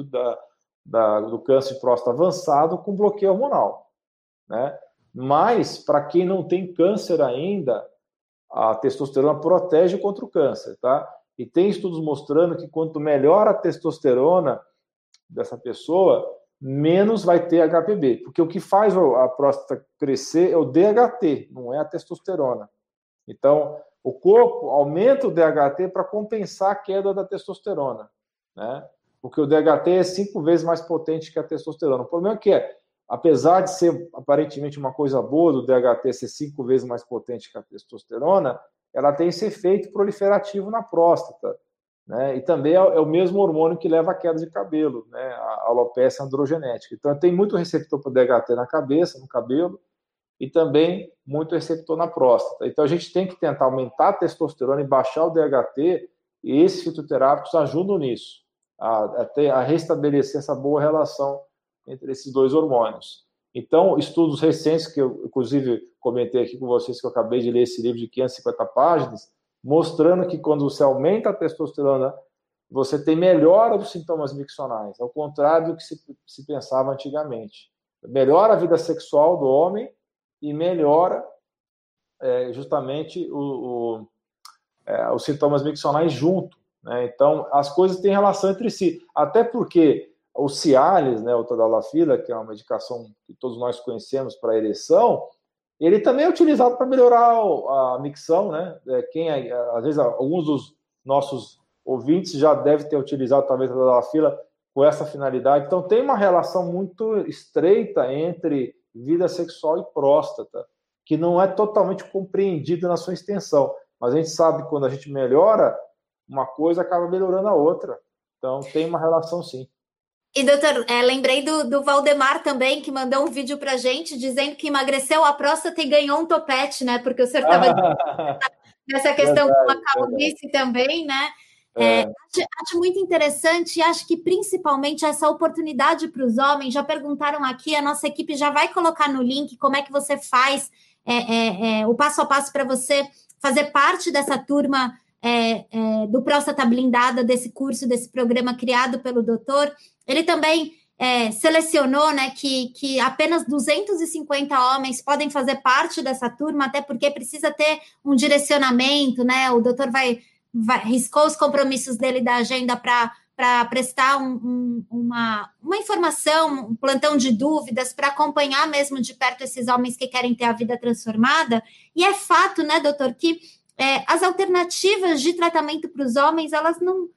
do câncer de próstata avançado com bloqueio hormonal, né? Mas, para quem não tem câncer ainda, a testosterona protege contra o câncer, tá? E tem estudos mostrando que quanto melhor a testosterona dessa pessoa, menos vai ter HPB. Porque o que faz a próstata crescer é o DHT, não é a testosterona. Então, o corpo aumenta o DHT para compensar a queda da testosterona, né? Porque o DHT é 5 vezes mais potente que a testosterona. O problema é que, apesar de ser aparentemente uma coisa boa do DHT ser 5 vezes mais potente que a testosterona, ela tem esse efeito proliferativo na próstata, né? E também é o mesmo hormônio que leva à queda de cabelo, né? A alopecia androgenética. Então, tem muito receptor para o DHT na cabeça, no cabelo, e também muito receptor na próstata. Então, a gente tem que tentar aumentar a testosterona e baixar o DHT, e esses fitoterápicos ajudam nisso, a restabelecer essa boa relação entre esses dois hormônios. Então, estudos recentes, que eu, inclusive, comentei aqui com vocês, que eu acabei de ler esse livro de 550 páginas, mostrando que quando você aumenta a testosterona, você tem melhora dos sintomas miccionais, ao contrário do que se pensava antigamente. Melhora a vida sexual do homem e melhora justamente os sintomas miccionais junto, né? Então, as coisas têm relação entre si, até porque o Cialis, né, o tadalafila, que é uma medicação que todos nós conhecemos para ereção, ele também é utilizado para melhorar a micção, né? Às vezes, alguns dos nossos ouvintes já devem ter utilizado talvez a tadalafila com essa finalidade. Então, tem uma relação muito estreita entre vida sexual e próstata, que não é totalmente compreendida na sua extensão. Mas a gente sabe que quando a gente melhora uma coisa, acaba melhorando a outra. Então, tem uma relação, sim. E, doutor, lembrei do Valdemar também, que mandou um vídeo pra gente dizendo que emagreceu a próstata e ganhou um topete, né? Porque o senhor estava nessa questão com a calvície também, né? Acho muito interessante e acho que principalmente essa oportunidade para os homens. Já perguntaram aqui, a nossa equipe já vai colocar no link como é que você faz o passo a passo para você fazer parte dessa turma do Próstata Blindada, desse curso, desse programa criado pelo doutor. Ele também selecionou, né, que apenas 250 homens podem fazer parte dessa turma, até porque precisa ter um direcionamento, né? O doutor riscou os compromissos dele da agenda para prestar uma informação, um plantão de dúvidas, para acompanhar mesmo de perto esses homens que querem ter a vida transformada. E é fato, né, doutor, que as alternativas de tratamento para os homens, elas não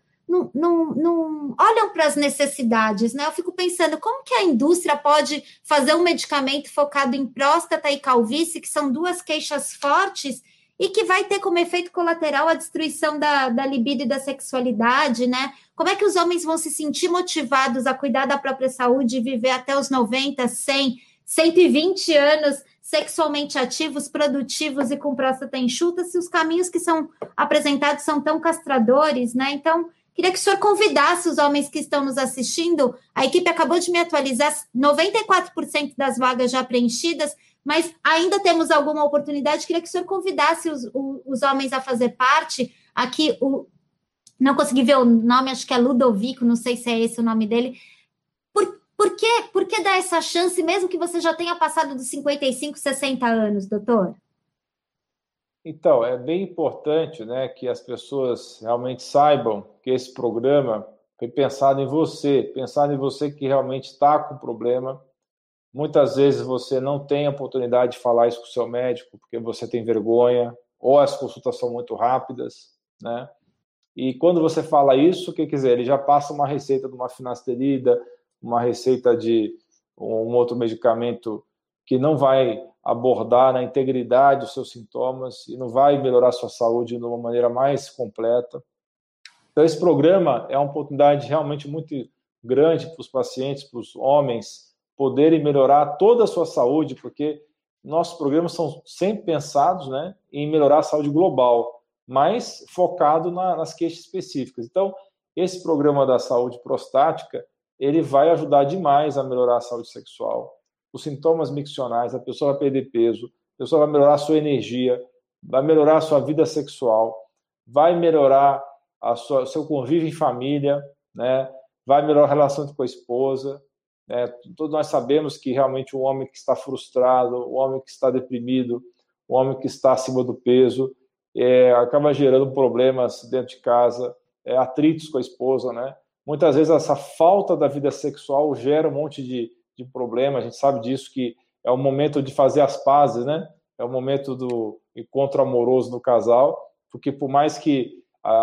olham para as necessidades, né? Eu fico pensando, como que a indústria pode fazer um medicamento focado em próstata e calvície, que são duas queixas fortes, e que vai ter como efeito colateral a destruição da libido e da sexualidade, né? Como é que os homens vão se sentir motivados a cuidar da própria saúde e viver até os 90, 100, 120 anos sexualmente ativos, produtivos e com próstata enxuta, se os caminhos que são apresentados são tão castradores, né? Então, queria que o senhor convidasse os homens que estão nos assistindo. A equipe acabou de me atualizar, 94% das vagas já preenchidas, mas ainda temos alguma oportunidade. Queria que o senhor convidasse os homens a fazer parte. Aqui, não consegui ver o nome, acho que é Ludovico, não sei se é esse o nome dele. Por que dar essa chance, mesmo que você já tenha passado dos 55, 60 anos, doutor? Então, é bem importante, né, que as pessoas realmente saibam que esse programa foi pensado em você que realmente está com problema. Muitas vezes você não tem a oportunidade de falar isso com o seu médico porque você tem vergonha, ou as consultas são muito rápidas, né? E quando você fala isso, quer dizer, ele já passa uma receita de uma finasterida, uma receita de um outro medicamento que não vai abordar na integridade os seus sintomas e não vai melhorar a sua saúde de uma maneira mais completa. Então, esse programa é uma oportunidade realmente muito grande para os pacientes, para os homens, poderem melhorar toda a sua saúde, porque nossos programas são sempre pensados, né, em melhorar a saúde global, mas focado nas queixas específicas. Então, esse programa da saúde prostática, ele vai ajudar demais a melhorar a saúde sexual, os sintomas miccionais, a pessoa vai perder peso, a pessoa vai melhorar a sua energia, vai melhorar a sua vida sexual, vai melhorar o seu convívio em família, né? Vai melhorar a relação com a esposa. Todos nós sabemos que realmente o homem que está frustrado, o homem que está deprimido, o homem que está acima do peso, acaba gerando problemas dentro de casa, atritos com a esposa, né? Muitas vezes essa falta da vida sexual gera um monte de problema, a gente sabe disso, que é o momento de fazer as pazes, né? É o momento do encontro amoroso do casal, porque por mais que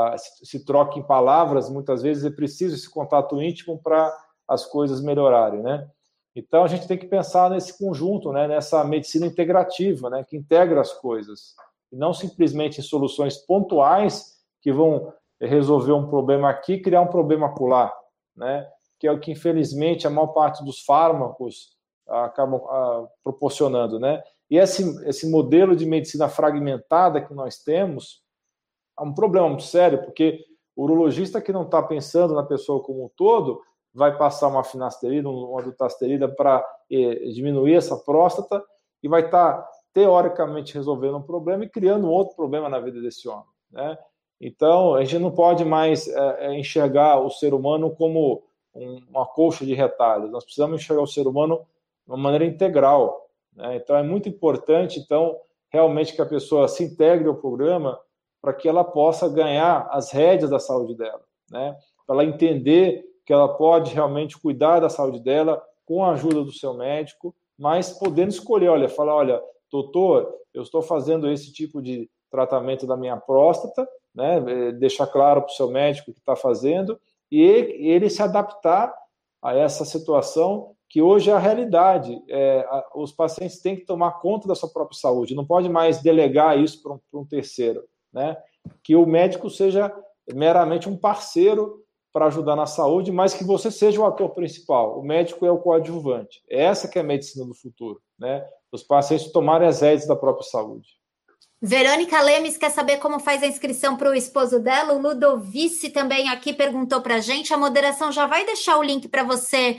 se troque em palavras, muitas vezes é preciso esse contato íntimo para as coisas melhorarem, né? Então a gente tem que pensar nesse conjunto, né? Nessa medicina integrativa, né? Que integra as coisas, e não simplesmente em soluções pontuais que vão resolver um problema aqui e criar um problema acolá, né? Que é o que, infelizmente, a maior parte dos fármacos acabam proporcionando, né? E esse modelo de medicina fragmentada que nós temos é um problema muito sério, porque o urologista que não está pensando na pessoa como um todo vai passar uma finasterida, uma dutasterida para diminuir essa próstata e vai estar, teoricamente, resolvendo um problema e criando um outro problema na vida desse homem, né? Então, a gente não pode mais enxergar o ser humano como uma colcha de retalhos. Nós precisamos enxergar o ser humano de uma maneira integral, né? Então, é muito importante, então, realmente que a pessoa se integre ao programa para que ela possa ganhar as rédeas da saúde dela, né? Para ela entender que ela pode realmente cuidar da saúde dela com a ajuda do seu médico, mas podendo escolher, olha, doutor, eu estou fazendo esse tipo de tratamento da minha próstata, né? Deixar claro para o seu médico o que está fazendo e ele se adaptar a essa situação que hoje é a realidade. Os pacientes têm que tomar conta da sua própria saúde, não pode mais delegar isso para um terceiro, né? Que o médico seja meramente um parceiro para ajudar na saúde, mas que você seja o ator principal. O médico é o coadjuvante. Essa que é a medicina do futuro, né? Os pacientes tomarem as rédeas da própria saúde. Verônica Lemes quer saber como faz a inscrição para o esposo dela. O Ludovice também aqui perguntou para a gente. A moderação já vai deixar o link para você,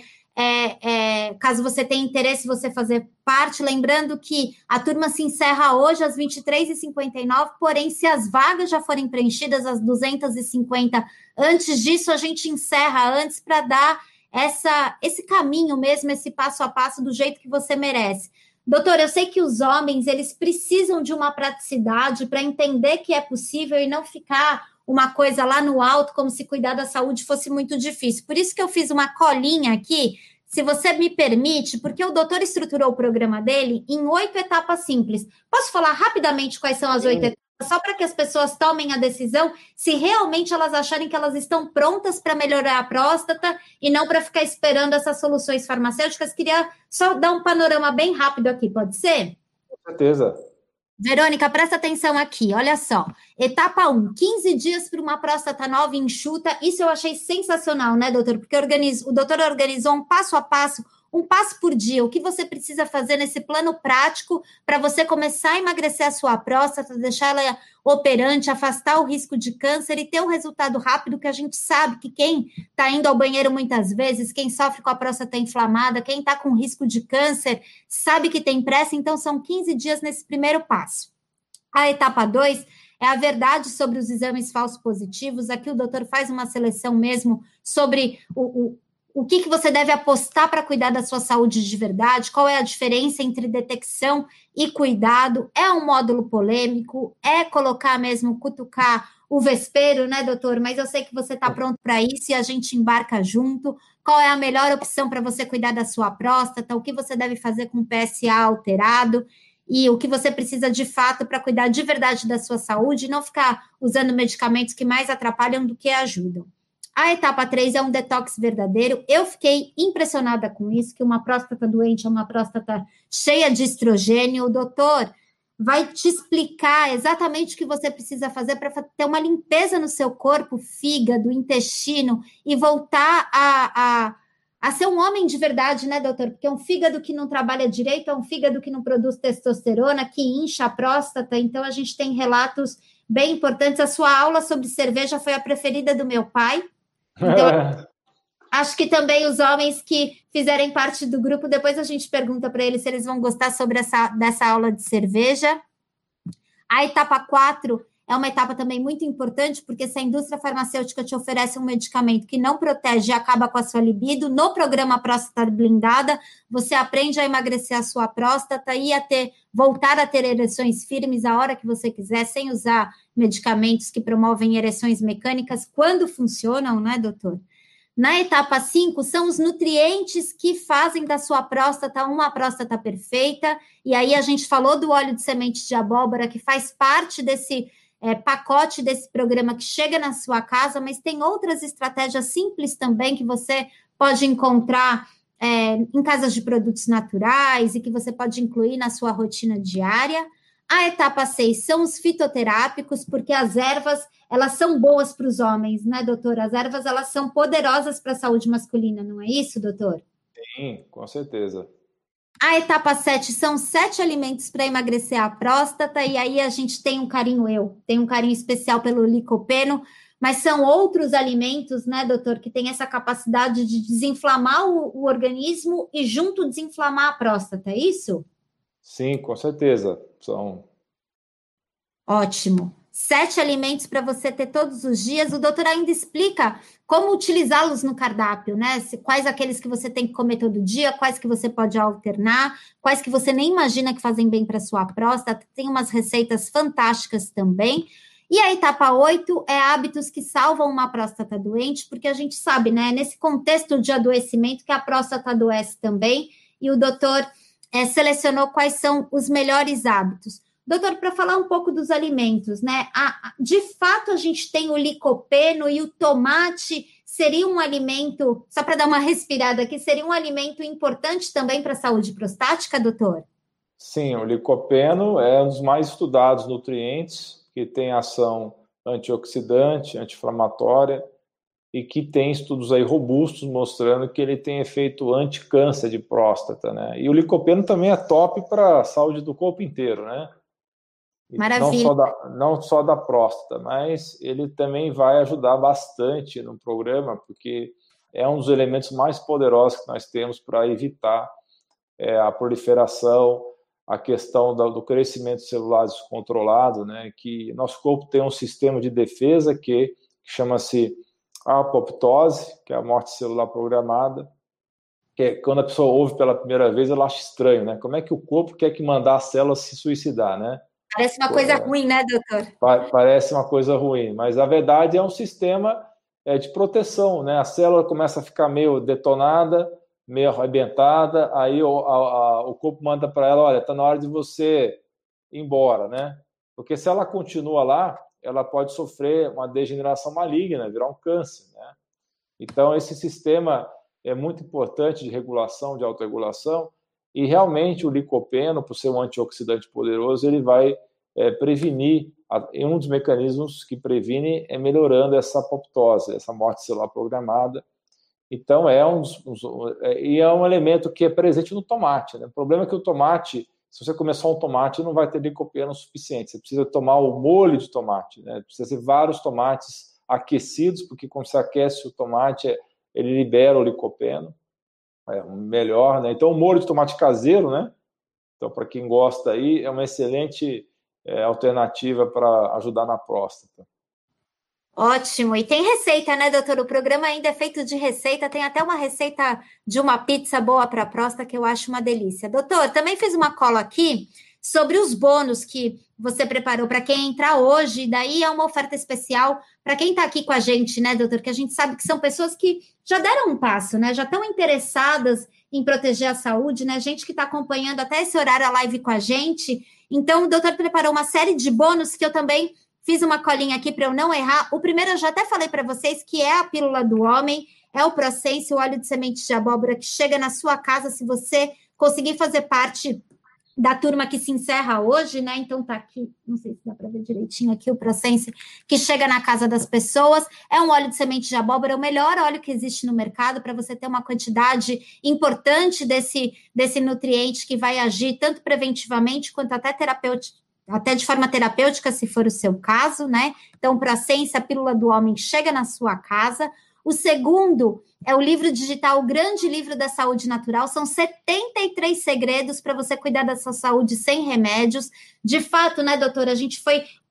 caso você tenha interesse, você fazer parte. Lembrando que a turma se encerra hoje às 23h59, porém, se as vagas já forem preenchidas às 250, antes disso, a gente encerra antes para dar esse caminho mesmo, esse passo a passo do jeito que você merece. Doutor, eu sei que os homens, eles precisam de uma praticidade para entender que é possível e não ficar uma coisa lá no alto, como se cuidar da saúde fosse muito difícil. Por isso que eu fiz uma colinha aqui, se você me permite, porque o doutor estruturou o programa dele em 8 etapas simples. Posso falar rapidamente quais são as 8 etapas? Só para que as pessoas tomem a decisão se realmente elas acharem que elas estão prontas para melhorar a próstata e não para ficar esperando essas soluções farmacêuticas. Queria só dar um panorama bem rápido aqui, pode ser? Com certeza. Verônica, presta atenção aqui, olha só. Etapa 1, 15 dias para uma próstata nova e enxuta. Isso eu achei sensacional, né, doutor? Porque o doutor organizou um passo a passo, um passo por dia, o que você precisa fazer nesse plano prático para você começar a emagrecer a sua próstata, deixar ela operante, afastar o risco de câncer e ter um resultado rápido, que a gente sabe que quem está indo ao banheiro muitas vezes, quem sofre com a próstata inflamada, quem está com risco de câncer, sabe que tem pressa, então são 15 dias nesse primeiro passo. A etapa 2 é a verdade sobre os exames falsos positivos. Aqui o doutor faz uma seleção mesmo sobre o que você deve apostar para cuidar da sua saúde de verdade, qual é a diferença entre detecção e cuidado. É um módulo polêmico, é colocar mesmo, cutucar o vespeiro, né, doutor? Mas eu sei que você está pronto para isso e a gente embarca junto. Qual é a melhor opção para você cuidar da sua próstata? O que você deve fazer com o PSA alterado? E o que você precisa de fato para cuidar de verdade da sua saúde e não ficar usando medicamentos que mais atrapalham do que ajudam. A etapa 3 é um detox verdadeiro. Eu fiquei impressionada com isso, que uma próstata doente é uma próstata cheia de estrogênio. O doutor vai te explicar exatamente o que você precisa fazer para ter uma limpeza no seu corpo, fígado, intestino, e voltar a ser um homem de verdade, né, doutor? Porque um fígado que não trabalha direito é um fígado que não produz testosterona, que incha a próstata. Então, a gente tem relatos bem importantes. A sua aula sobre cerveja foi a preferida do meu pai. Então, acho que também os homens que fizerem parte do grupo, depois a gente pergunta para eles se eles vão gostar dessa aula de cerveja. A etapa 4 é uma etapa também muito importante, porque se a indústria farmacêutica te oferece um medicamento que não protege e acaba com a sua libido, no programa Próstata Blindada, você aprende a emagrecer a sua próstata e voltar a ter ereções firmes a hora que você quiser, sem usar medicamentos que promovem ereções mecânicas, quando funcionam, né, doutor? Na etapa 5, são os nutrientes que fazem da sua próstata uma próstata perfeita, e aí a gente falou do óleo de semente de abóbora, que faz parte desse pacote desse programa que chega na sua casa, mas tem outras estratégias simples também que você pode encontrar em casas de produtos naturais e que você pode incluir na sua rotina diária. A etapa 6 são os fitoterápicos, porque as ervas, elas são boas para os homens, né, doutor? As ervas, elas são poderosas para a saúde masculina, não é isso, doutor? Sim, com certeza. A etapa 7 são 7 alimentos para emagrecer a próstata, e aí a gente tem um carinho especial pelo licopeno, mas são outros alimentos, né, doutor, que tem essa capacidade de desinflamar o organismo e junto desinflamar a próstata, é isso? Sim, com certeza. São... Ótimo. 7 alimentos para você ter todos os dias. O doutor ainda explica como utilizá-los no cardápio, né? Quais aqueles que você tem que comer todo dia, quais que você pode alternar, quais que você nem imagina que fazem bem para sua próstata. Tem umas receitas fantásticas também. E a etapa 8 é hábitos que salvam uma próstata doente, porque a gente sabe, né? Nesse contexto de adoecimento que a próstata adoece também, e o doutor selecionou quais são os melhores hábitos. Doutor, para falar um pouco dos alimentos, né? De fato, a gente tem o licopeno e o tomate seria um alimento, só para dar uma respirada aqui, seria um alimento importante também para a saúde prostática, doutor? Sim, o licopeno é um dos mais estudados nutrientes, que tem ação antioxidante, anti-inflamatória, e que tem estudos aí robustos mostrando que ele tem efeito anti-câncer de próstata, né? E o licopeno também é top para a saúde do corpo inteiro, né? Maravilha. Não só da próstata, mas ele também vai ajudar bastante no programa, porque é um dos elementos mais poderosos que nós temos para evitar a proliferação, a questão do crescimento celular descontrolado, né? Que nosso corpo tem um sistema de defesa que chama-se apoptose, que é a morte celular programada, que é quando a pessoa ouve pela primeira vez, ela acha estranho, né? Como é que o corpo quer que mandar as células se suicidar, né? Parece uma coisa ruim, né, doutor? Parece uma coisa ruim, mas a verdade é um sistema de proteção, né? A célula começa a ficar meio detonada, meio arrebentada, aí o corpo manda para ela, olha, está na hora de você ir embora, né? Porque se ela continua lá, ela pode sofrer uma degeneração maligna, virar um câncer, né? Então, esse sistema é muito importante de regulação, de autorregulação, e realmente o licopeno, por ser um antioxidante poderoso, ele vai prevenir, um dos mecanismos que previne é melhorando essa apoptose, essa morte celular programada. Então, é um elemento que é presente no tomate, né? O problema é que o tomate, se você comer só um tomate, não vai ter licopeno suficiente. Você precisa tomar o molho de tomate, né? Precisa ser vários tomates aquecidos, porque quando você aquece o tomate, ele libera o licopeno. É melhor, né? Então, o molho de tomate caseiro, né? Então, para quem gosta aí, é uma excelente alternativa para ajudar na próstata. Ótimo. E tem receita, né, doutor? O programa ainda é feito de receita. Tem até uma receita de uma pizza boa para a próstata que eu acho uma delícia. Doutor, também fiz uma cola aqui sobre os bônus que você preparou para quem entrar hoje. Daí é uma oferta especial para quem está aqui com a gente, né, doutor? Que a gente sabe que são pessoas que já deram um passo, né? Já estão interessadas em proteger a saúde, né? Gente que está acompanhando até esse horário a live com a gente. Então, o doutor preparou uma série de bônus que eu também fiz uma colinha aqui para eu não errar. O primeiro eu já até falei para vocês que é a pílula do homem, é o Prosense, o óleo de semente de abóbora que chega na sua casa se você conseguir fazer parte da turma que se encerra hoje, né? Então tá aqui, não sei se dá para ver direitinho aqui, o Prosense que chega na casa das pessoas. É um óleo de semente de abóbora, é o melhor óleo que existe no mercado para você ter uma quantidade importante desse nutriente que vai agir tanto preventivamente quanto até até de forma terapêutica, se for o seu caso, né? Então, o Prosense, a pílula do homem, chega na sua casa. O segundo é o livro digital, o grande livro da saúde natural. São 73 segredos para você cuidar da sua saúde sem remédios. De fato, né, doutora, a gente foi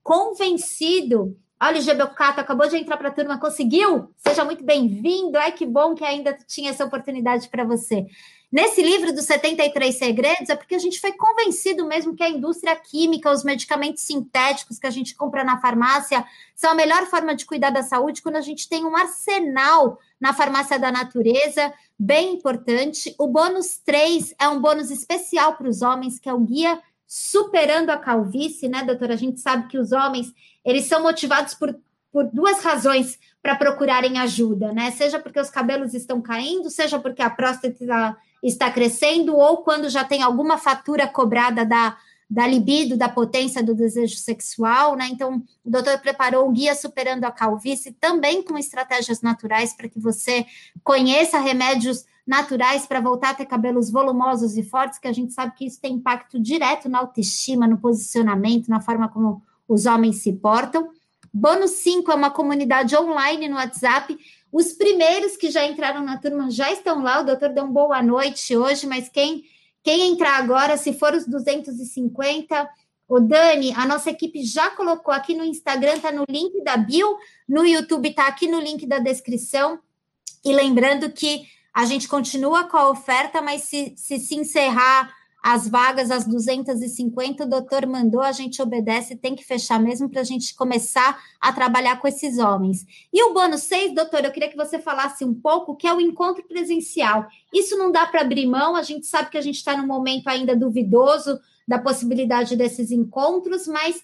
convencido. Olha, o Gebocato acabou de entrar para a turma, conseguiu? Seja muito bem-vindo. Ai, que bom que ainda tinha essa oportunidade para você. Nesse livro dos 73 segredos, é porque a gente foi convencido mesmo que a indústria química, os medicamentos sintéticos que a gente compra na farmácia, são a melhor forma de cuidar da saúde quando a gente tem um arsenal na farmácia da natureza, bem importante. O bônus 3 é um bônus especial para os homens, que é o guia Superando a Calvície, né, doutora? A gente sabe que os homens, eles são motivados por duas razões para procurarem ajuda, né? Seja porque os cabelos estão caindo, seja porque a próstata está crescendo, ou quando já tem alguma fatura cobrada da libido, da potência do desejo sexual, né? Então, o doutor preparou o Guia Superando a Calvície, também com estratégias naturais para que você conheça remédios naturais para voltar a ter cabelos volumosos e fortes, que a gente sabe que isso tem impacto direto na autoestima, no posicionamento, na forma como os homens se portam. Bônus 5 é uma comunidade online no WhatsApp. Os primeiros que já entraram na turma já estão lá. O doutor deu uma boa noite hoje, mas quem entrar agora, se for os 250, o Dani, a nossa equipe já colocou aqui no Instagram, está no link da bio, no YouTube está aqui no link da descrição. E lembrando que a gente continua com a oferta, mas se encerrar as vagas, as 250, o doutor mandou, a gente obedece, tem que fechar mesmo para a gente começar a trabalhar com esses homens. E o bônus 6, doutor, eu queria que você falasse um pouco, que é o encontro presencial. Isso não dá para abrir mão, a gente sabe que a gente está num momento ainda duvidoso da possibilidade desses encontros, mas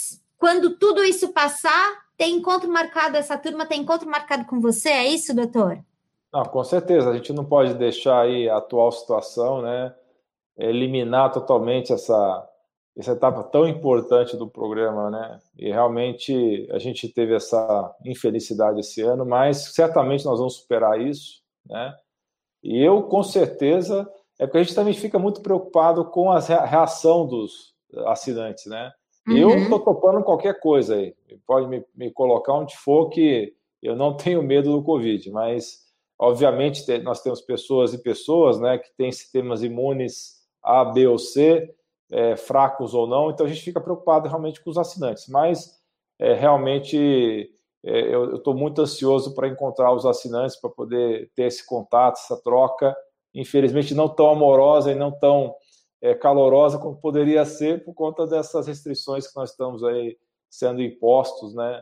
quando tudo isso passar, tem encontro marcado, essa turma tem encontro marcado com você, é isso, doutor? Não, com certeza, a gente não pode deixar aí a atual situação, né, eliminar totalmente essa etapa tão importante do programa, né? E realmente a gente teve essa infelicidade esse ano, mas certamente nós vamos superar isso, né? E eu, com certeza, é porque a gente também fica muito preocupado com a reação dos assinantes, né? Eu estou topando qualquer coisa aí, pode me colocar onde for, que eu não tenho medo do Covid, mas obviamente nós temos pessoas e pessoas, né, que têm sistemas imunes A, B ou C, fracos ou não, então a gente fica preocupado realmente com os assinantes, mas realmente eu estou muito ansioso para encontrar os assinantes, para poder ter esse contato, essa troca, infelizmente não tão amorosa e não tão calorosa como poderia ser por conta dessas restrições que nós estamos aí sendo impostos, né?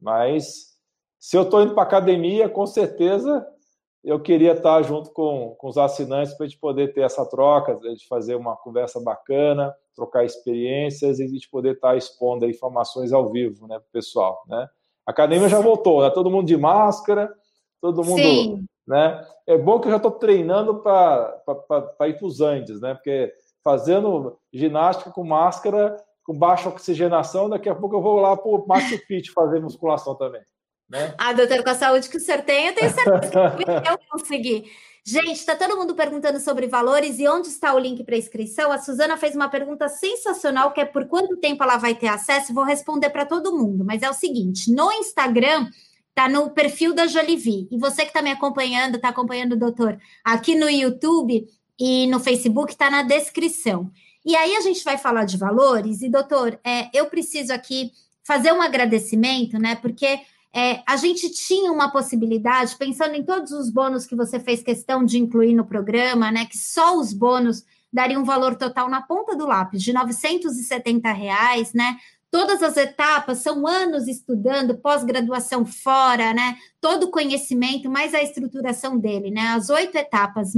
Mas se eu estou indo para a academia, com certeza eu queria estar junto com os assinantes para a gente poder ter essa troca, a gente fazer uma conversa bacana, trocar experiências e a gente poder estar expondo aí informações ao vivo, né, para o pessoal, né? A academia já voltou, né? Todo mundo de máscara, todo mundo, sim, né? É bom que eu já estou treinando para ir para os Andes, né? Porque fazendo ginástica com máscara, com baixa oxigenação, daqui a pouco eu vou lá para o Machu Picchu fazer musculação também. Né? Ah, doutor, com a saúde que o senhor tem, eu tenho certeza que eu consegui. Gente, está todo mundo perguntando sobre valores e onde está o link para inscrição. A Suzana fez uma pergunta sensacional, que é por quanto tempo ela vai ter acesso. Vou responder para todo mundo, mas é o seguinte, no Instagram, está no perfil da Jolivie, e você que está me acompanhando, está acompanhando o doutor aqui no YouTube e no Facebook, está na descrição. E aí a gente vai falar de valores, e doutor, eu preciso aqui fazer um agradecimento, né, porque a gente tinha uma possibilidade, pensando em todos os bônus que você fez questão de incluir no programa, né, que só os bônus dariam um valor total na ponta do lápis de R$970, né? Todas as etapas são anos estudando, pós-graduação fora, né? Todo o conhecimento, mais a estruturação dele, né? As 8 etapas,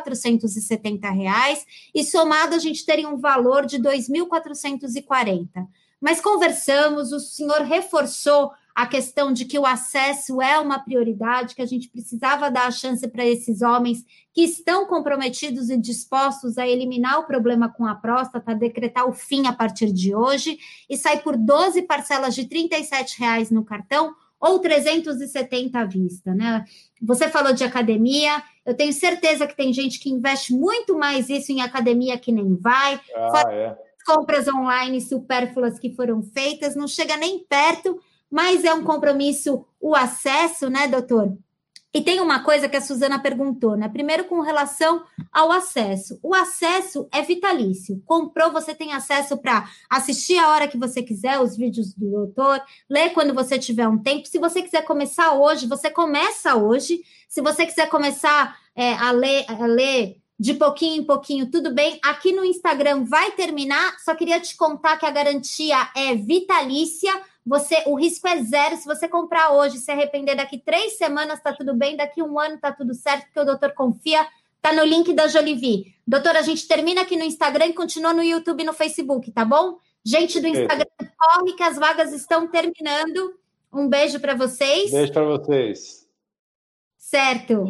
R$1.470, e somado a gente teria um valor de R$2.440. Mas conversamos, o senhor reforçou a questão de que o acesso é uma prioridade, que a gente precisava dar a chance para esses homens que estão comprometidos e dispostos a eliminar o problema com a próstata, a decretar o fim a partir de hoje, e sai por 12 parcelas de R$37 no cartão ou 370 à vista, né? Você falou de academia, eu tenho certeza que tem gente que investe muito mais isso em academia que nem vai, compras online supérfluas que foram feitas, não chega nem perto, mas é um compromisso o acesso, né, doutor? E tem uma coisa que a Suzana perguntou, né? Primeiro, com relação ao acesso. O acesso é vitalício. Comprou, você tem acesso para assistir a hora que você quiser os vídeos do doutor, ler quando você tiver um tempo. Se você quiser começar hoje, você começa hoje. Se você quiser começar a ler de pouquinho em pouquinho, tudo bem. Aqui no Instagram vai terminar. Só queria te contar que a garantia é vitalícia. O risco é zero. Se você comprar hoje, se arrepender daqui 3 semanas, tá tudo bem. Daqui 1 ano tá tudo certo, porque o doutor confia. Tá no link da Jolivie. Doutor, a gente termina aqui no Instagram e continua no YouTube e no Facebook, tá bom? Gente do Instagram, corre que as vagas estão terminando. Um beijo para vocês. Beijo para vocês. Certo.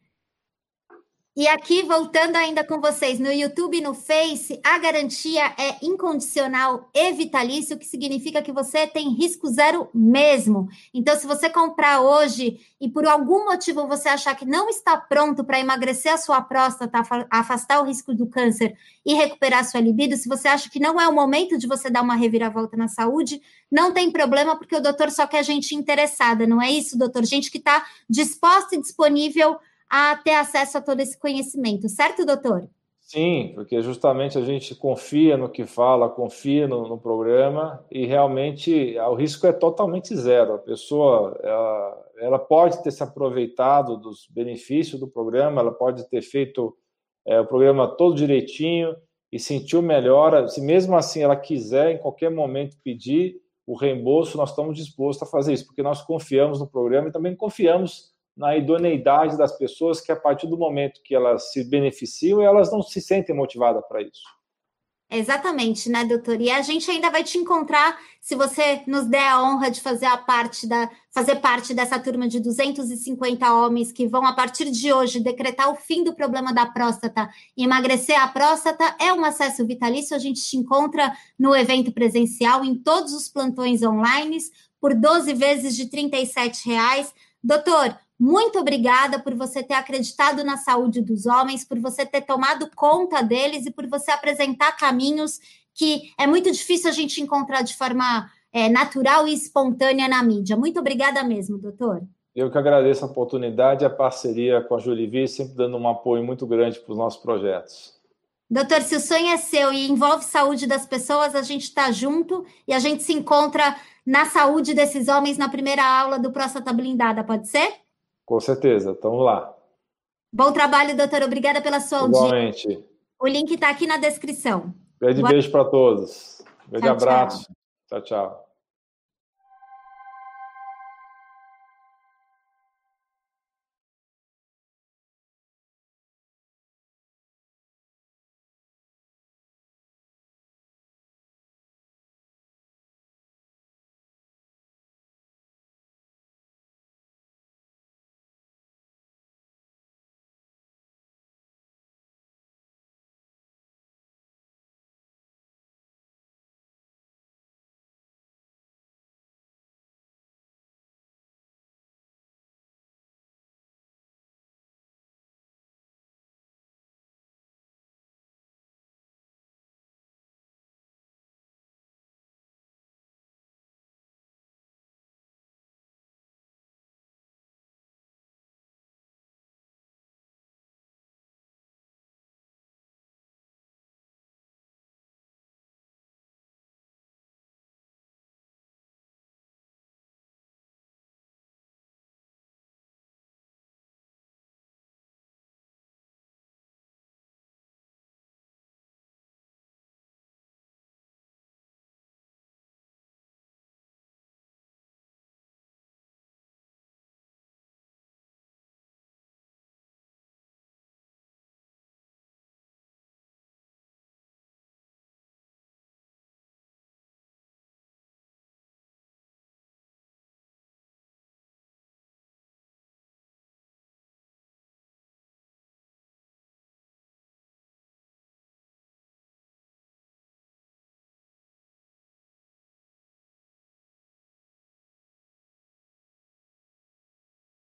E aqui, voltando ainda com vocês, no YouTube e no Face, a garantia é incondicional e vitalícia, o que significa que você tem risco zero mesmo. Então, se você comprar hoje e por algum motivo você achar que não está pronto para emagrecer a sua próstata, afastar o risco do câncer e recuperar a sua libido, se você acha que não é o momento de você dar uma reviravolta na saúde, não tem problema, porque o doutor só quer gente interessada, não é isso, doutor? Gente que está disposta e disponível a ter acesso a todo esse conhecimento, certo, doutor? Sim, porque justamente a gente confia no que fala, confia no programa e realmente o risco é totalmente zero. A pessoa ela pode ter se aproveitado dos benefícios do programa, ela pode ter feito o programa todo direitinho e sentiu melhora. Se mesmo assim ela quiser em qualquer momento pedir o reembolso, nós estamos dispostos a fazer isso, porque nós confiamos no programa e também confiamos na idoneidade das pessoas, que a partir do momento que elas se beneficiam, elas não se sentem motivadas para isso. Exatamente, né, doutor? E a gente ainda vai te encontrar, se você nos der a honra de fazer parte dessa turma de 250 homens que vão, a partir de hoje, decretar o fim do problema da próstata e emagrecer a próstata. É um acesso vitalício, a gente te encontra no evento presencial, em todos os plantões online, por 12 vezes de R$ 37. Doutor, muito obrigada por você ter acreditado na saúde dos homens, por você ter tomado conta deles e por você apresentar caminhos que é muito difícil a gente encontrar de forma natural e espontânea na mídia. Muito obrigada mesmo, doutor. Eu que agradeço a oportunidade e a parceria com a Jolivie, sempre dando um apoio muito grande para os nossos projetos. Doutor, se o sonho é seu e envolve saúde das pessoas, a gente está junto e a gente se encontra na saúde desses homens na primeira aula do Próstata Blindada, pode ser? Com certeza, estamos lá. Bom trabalho, doutor. Obrigada pela sua audiência. Igualmente. O link está aqui na descrição. Grande beijo para todos. Grande abraço. Tchau. Tchau, tchau.